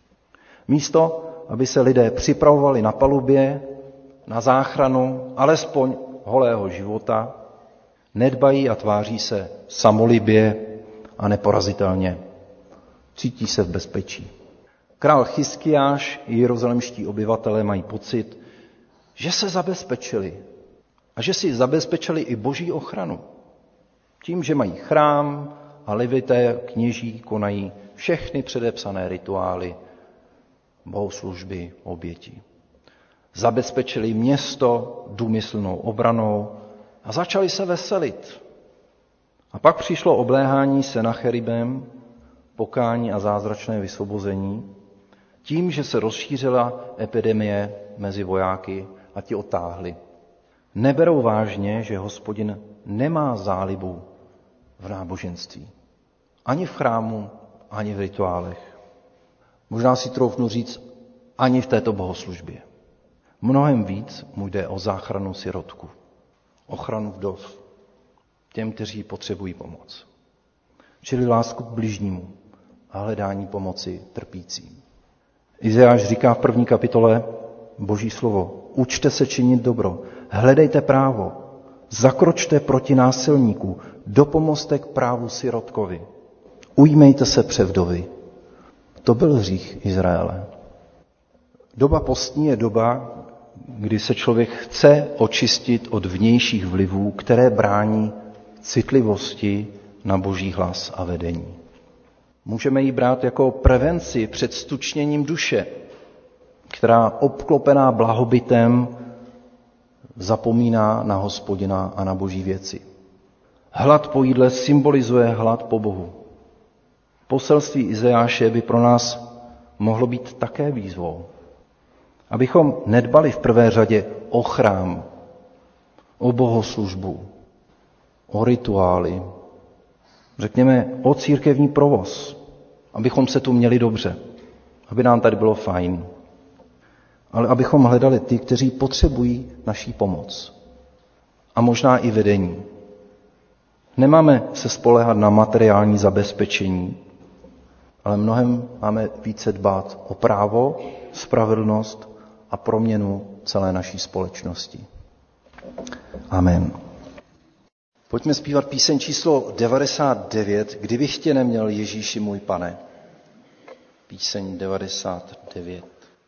Místo, aby se lidé připravovali na palubě, na záchranu, alespoň holého života, nedbají a tváří se samolibě a neporazitelně. Cítí se v bezpečí. Král Chiskiáš i jeruzalemští obyvatelé mají pocit, že se zabezpečili a že si zabezpečili i boží ochranu. Tím, že mají chrám a levité kněží konají všechny předepsané rituály, bohoslužby, oběti. Zabezpečili město důmyslnou obranou a začali se veselit. A pak přišlo obléhání Senacheribem, pokání a zázračné vysvobození, tím, že se rozšířila epidemie mezi vojáky a ti otáhli. Neberou vážně, že Hospodin nemá zálibu v náboženství. Ani v chrámu, ani v rituálech. Možná si troufnu říct, ani v této bohoslužbě. Mnohem víc mu jde o záchranu sirotku, ochranu vdov, těm, kteří potřebují pomoc. Čili lásku k bližnímu a hledání pomoci trpícím. Izajáš říká v první kapitole Boží slovo: učte se činit dobro, hledejte právo, zakročte proti násilníku, dopomozte k právu sirotkovi, ujmejte se převdovy. To byl hřích Izraele. Doba postní je doba, kdy se člověk chce očistit od vnějších vlivů, které brání citlivosti na Boží hlas a vedení. Můžeme ji brát jako prevenci před stučněním duše, která obklopená blahobytem zapomíná na Hospodina a na Boží věci. Hlad po jídle symbolizuje hlad po Bohu. Poselství Izajáše by pro nás mohlo být také výzvou, abychom nedbali v prvé řadě o chrám, o bohoslužbu, o rituály, řekněme o církevní provoz, abychom se tu měli dobře, aby nám tady bylo fajn, ale abychom hledali ty, kteří potřebují naší pomoc a možná i vedení. Nemáme se spoléhat na materiální zabezpečení, ale mnohem máme více dbát o právo, spravedlnost a proměnu celé naší společnosti. Amen. Pojďme zpívat píseň číslo devadesát devět, Kdybych tě neměl, Ježíši můj Pane. Píseň devadesát devět.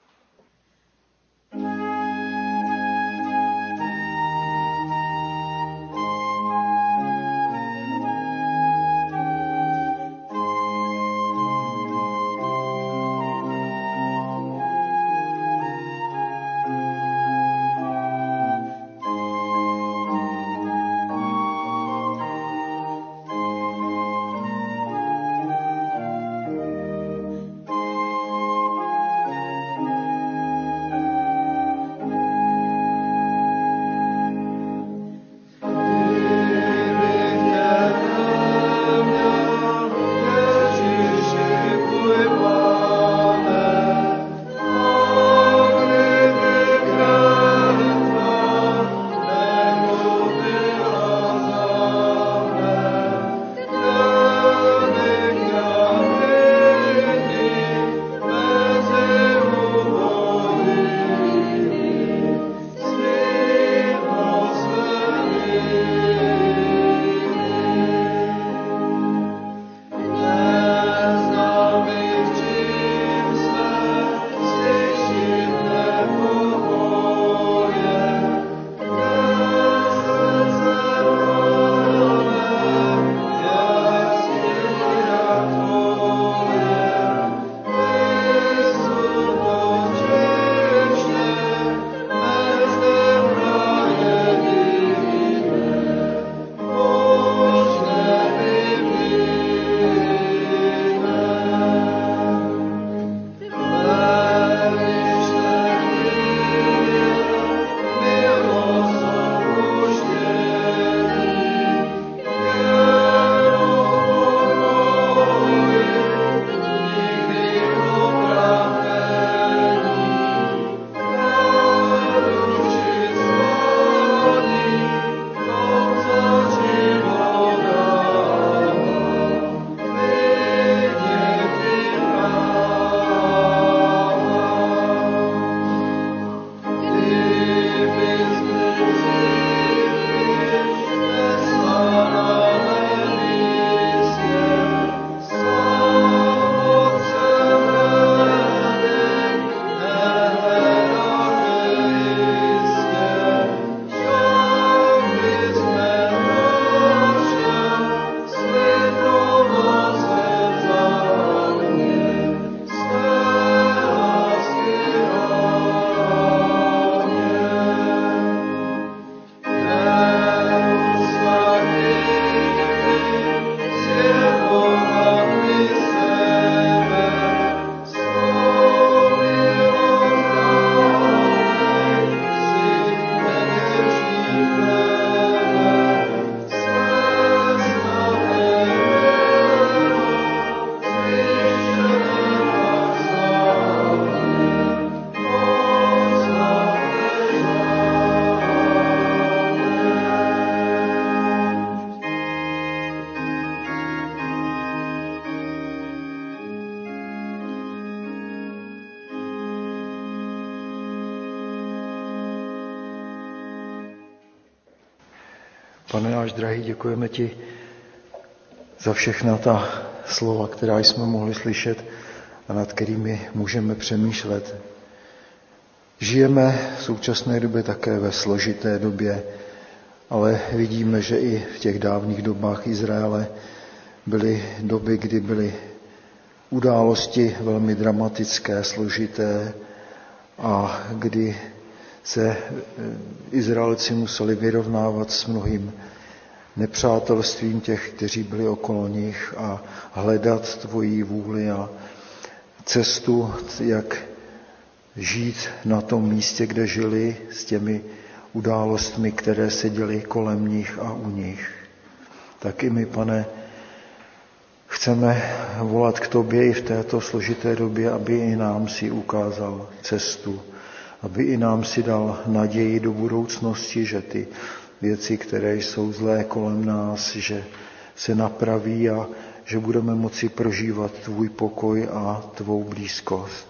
Pane náš drahý, děkujeme ti za všechna ta slova, která jsme mohli slyšet a nad kterými můžeme přemýšlet. Žijeme v současné době také ve složité době, ale vidíme, že i v těch dávných dobách Izraele byly doby, kdy byly události velmi dramatické, složité a kdy se Izraelci museli vyrovnávat s mnohým nepřátelstvím těch, kteří byli okolo nich a hledat tvoji vůli a cestu, jak žít na tom místě, kde žili, s těmi událostmi, které se děly kolem nich a u nich. Tak i my, Pane, chceme volat k tobě i v této složité době, aby i nám si ukázal cestu, aby i nám si dal naději do budoucnosti, že ty věci, které jsou zlé kolem nás, že se napraví a že budeme moci prožívat tvůj pokoj a tvou blízkost.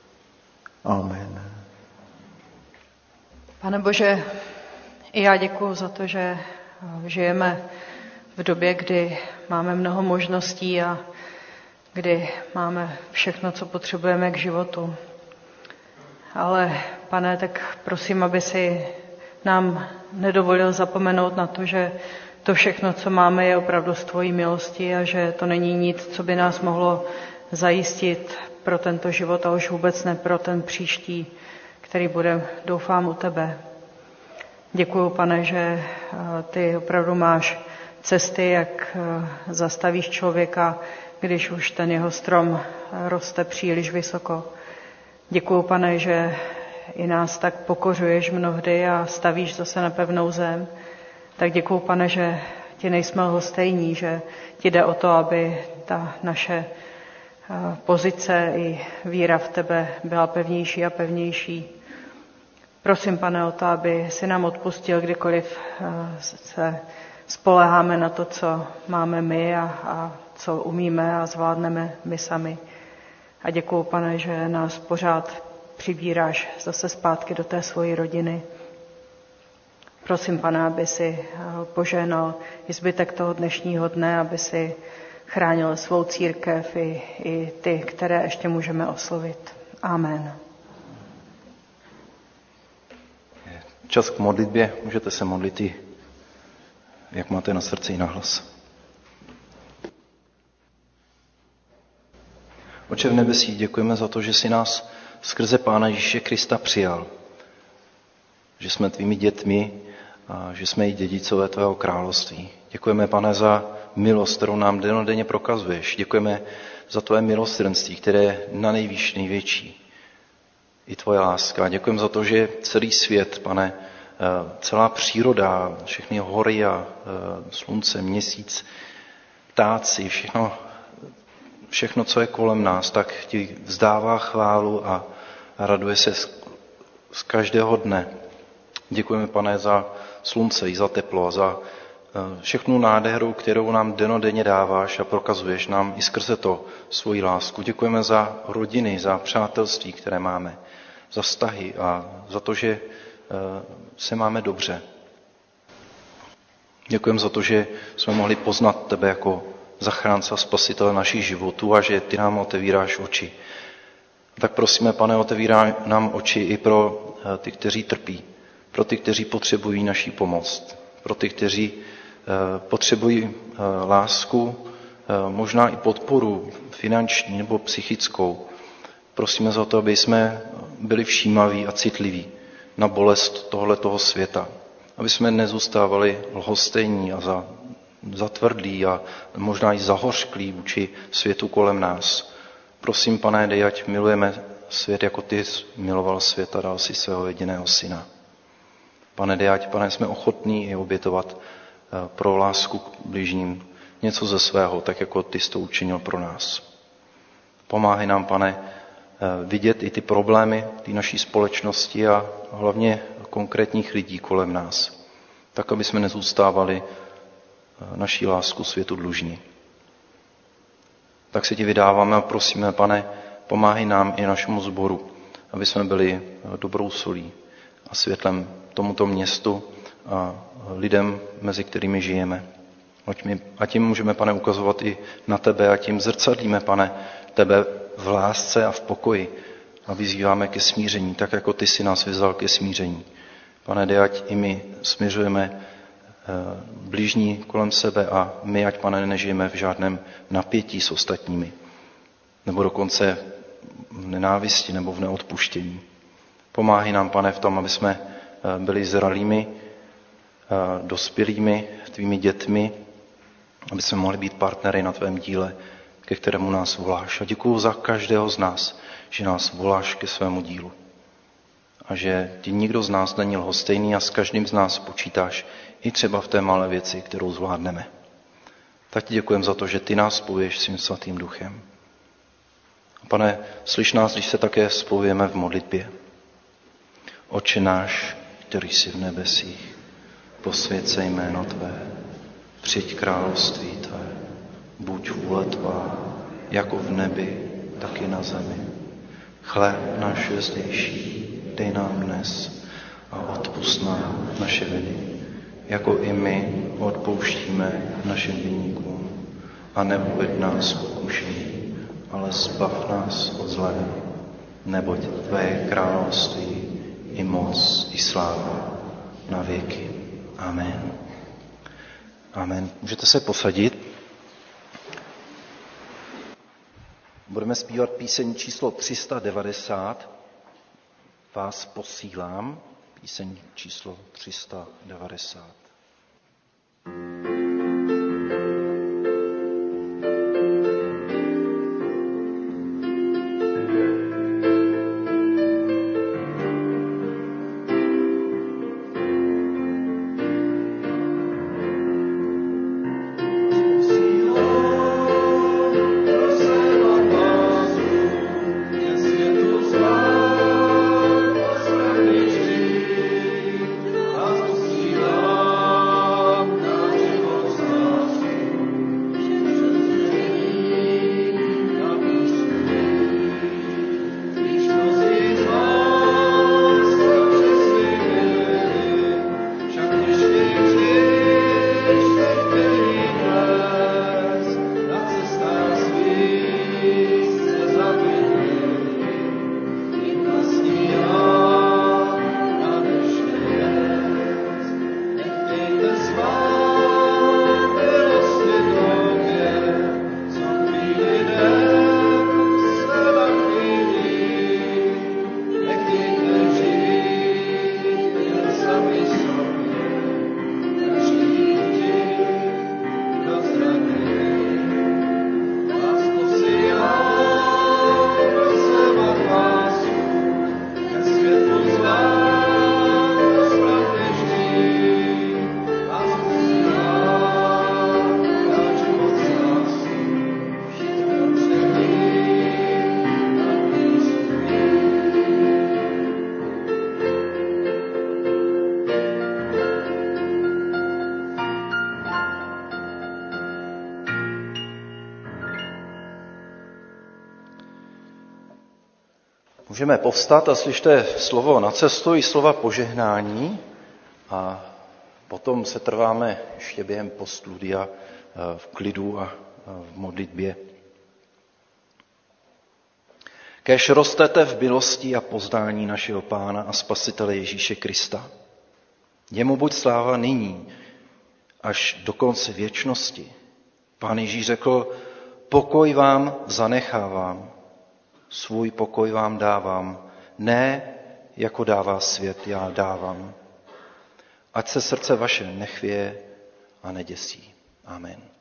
Amen. Pane Bože, i já děkuju za to, že žijeme v době, kdy máme mnoho možností a kdy máme všechno, co potřebujeme k životu. Ale Pane, tak prosím, aby si nám nedovolil zapomenout na to, že to všechno, co máme, je opravdu z tvojí milosti a že to není nic, co by nás mohlo zajistit pro tento život a už vůbec ne pro ten příští, který bude, doufám, u tebe. Děkuju, Pane, že ty opravdu máš cesty, jak zastavíš člověka, když už ten jeho strom roste příliš vysoko. Děkuju, Pane, že i nás tak pokořuješ mnohdy a stavíš zase na pevnou zem. Tak děkuju, Pane, že ti nejsme lhostejní, že ti jde o to, aby ta naše pozice i víra v tebe byla pevnější a pevnější. Prosím, Pane, o to, aby si nám odpustil, kdykoliv se spoléháme na to, co máme my a, a co umíme a zvládneme my sami. A děkuju, Pane, že nás pořád přibíráš zase zpátky do té svojí rodiny. Prosím, Pane, aby si požehnal i zbytek toho dnešního dne, aby si chránil svou církev i, i ty, které ještě můžeme oslovit. Amen. Čas k modlitbě, můžete se modlit i, jak máte na srdci i na hlas. Otče v nebesích, děkujeme za to, že jsi nás skrze Pána Ježíše Krista přijal. Že jsme tvými dětmi a že jsme i dědicové tvého království. Děkujeme, Pane, za milost, kterou nám dennodenně prokazuješ. Děkujeme za tvoje milosrdenství, které je na nejvýš největší. I tvoje láska. Děkujeme za to, že celý svět, Pane, celá příroda, všechny hory a slunce, měsíc, ptáci, všechno, všechno, co je kolem nás, tak ti vzdává chválu a raduje se z, z každého dne. Děkujeme, Pane, za slunce i za teplo a za všechnu nádheru, kterou nám dennodenně dáváš a prokazuješ nám i skrze to svoji lásku. Děkujeme za rodiny, za přátelství, které máme, za vztahy a za to, že se máme dobře. Děkujeme za to, že jsme mohli poznat tebe jako zachránce a spasitele našich životů a že ty nám otevíráš oči. Tak prosíme, Pane, otevírá nám oči i pro ty, kteří trpí, pro ty, kteří potřebují naší pomoc, pro ty, kteří potřebují lásku, možná i podporu finanční nebo psychickou. Prosíme za to, aby jsme byli všímaví a citliví na bolest tohletoho světa. Aby jsme nezůstávali lhostejní a za, zatvrdlí a možná i zahořklí vůči světu kolem nás. Prosím, Pane, dej, ať milujeme svět, jako ty miloval svět a dal si svého jediného syna. Pane, dej, ať, Pane, jsme ochotní i obětovat pro lásku k bližním něco ze svého, tak jako ty jsi to učinil pro nás. Pomáhej nám, Pane, vidět i ty problémy té naší společnosti a hlavně konkrétních lidí kolem nás, tak, aby jsme nezůstávali naší lásku světu dlužní. Tak se ti vydáváme a prosíme, Pane, pomáhej nám i našemu sboru, aby jsme byli dobrou solí a světlem tomuto městu a lidem, mezi kterými žijeme. A tím můžeme, Pane, ukazovat i na tebe a tím zrcadlíme, Pane, tebe v lásce a v pokoji a vyzýváme ke smíření, tak jako ty jsi nás vyzval ke smíření. Pane, dej, ať i my směřujeme blížní kolem sebe a my, ať, Pane, nežijeme v žádném napětí s ostatními, nebo dokonce v nenávisti nebo v neodpuštění. Pomáhej nám, Pane, v tom, aby jsme byli zralými, dospělými, tvými dětmi, aby jsme mohli být partnery na tvém díle, ke kterému nás voláš. A děkuju za každého z nás, že nás voláš ke svému dílu. A že ti nikdo z nás není lhostejný a s každým z nás počítáš i třeba v té malé věci, kterou zvládneme. Tak ti děkujem za to, že ty nás spojuješ svým svatým duchem. A Pane, slyš nás, když se také spojujeme v modlitbě. Otče náš, který jsi v nebesích, posvěť se jméno tvé, přijď království tvé, buď vůle tvá, jako v nebi, tak i na zemi. Chléb náš zdejší dej nám dnes a odpusť nám naše viny, jako i my odpouštíme našim viníkům. A neuved nás v pokušení, ale zbav nás od zlého, neboť tvé je království, i moc, i sláva na věky. Amen. Amen. Můžete se posadit. Budeme zpívat píseň číslo tři sta devadesát. Vás posílám. Píseň číslo tři sta devadesát. Můžeme povstat a slyšte slovo na cestu i slova požehnání a potom se trváme ještě během postludia v klidu a v modlitbě. Kéž rostete v milosti a poznání našeho Pána a Spasitele Ježíše Krista. Jemu buď sláva nyní, až do konce věčnosti. Pán Ježíš řekl, pokoj vám zanechávám, svůj pokoj vám dávám, ne jako dává svět, já dávám. Ať se srdce vaše nechvěje a neděsí. Amen.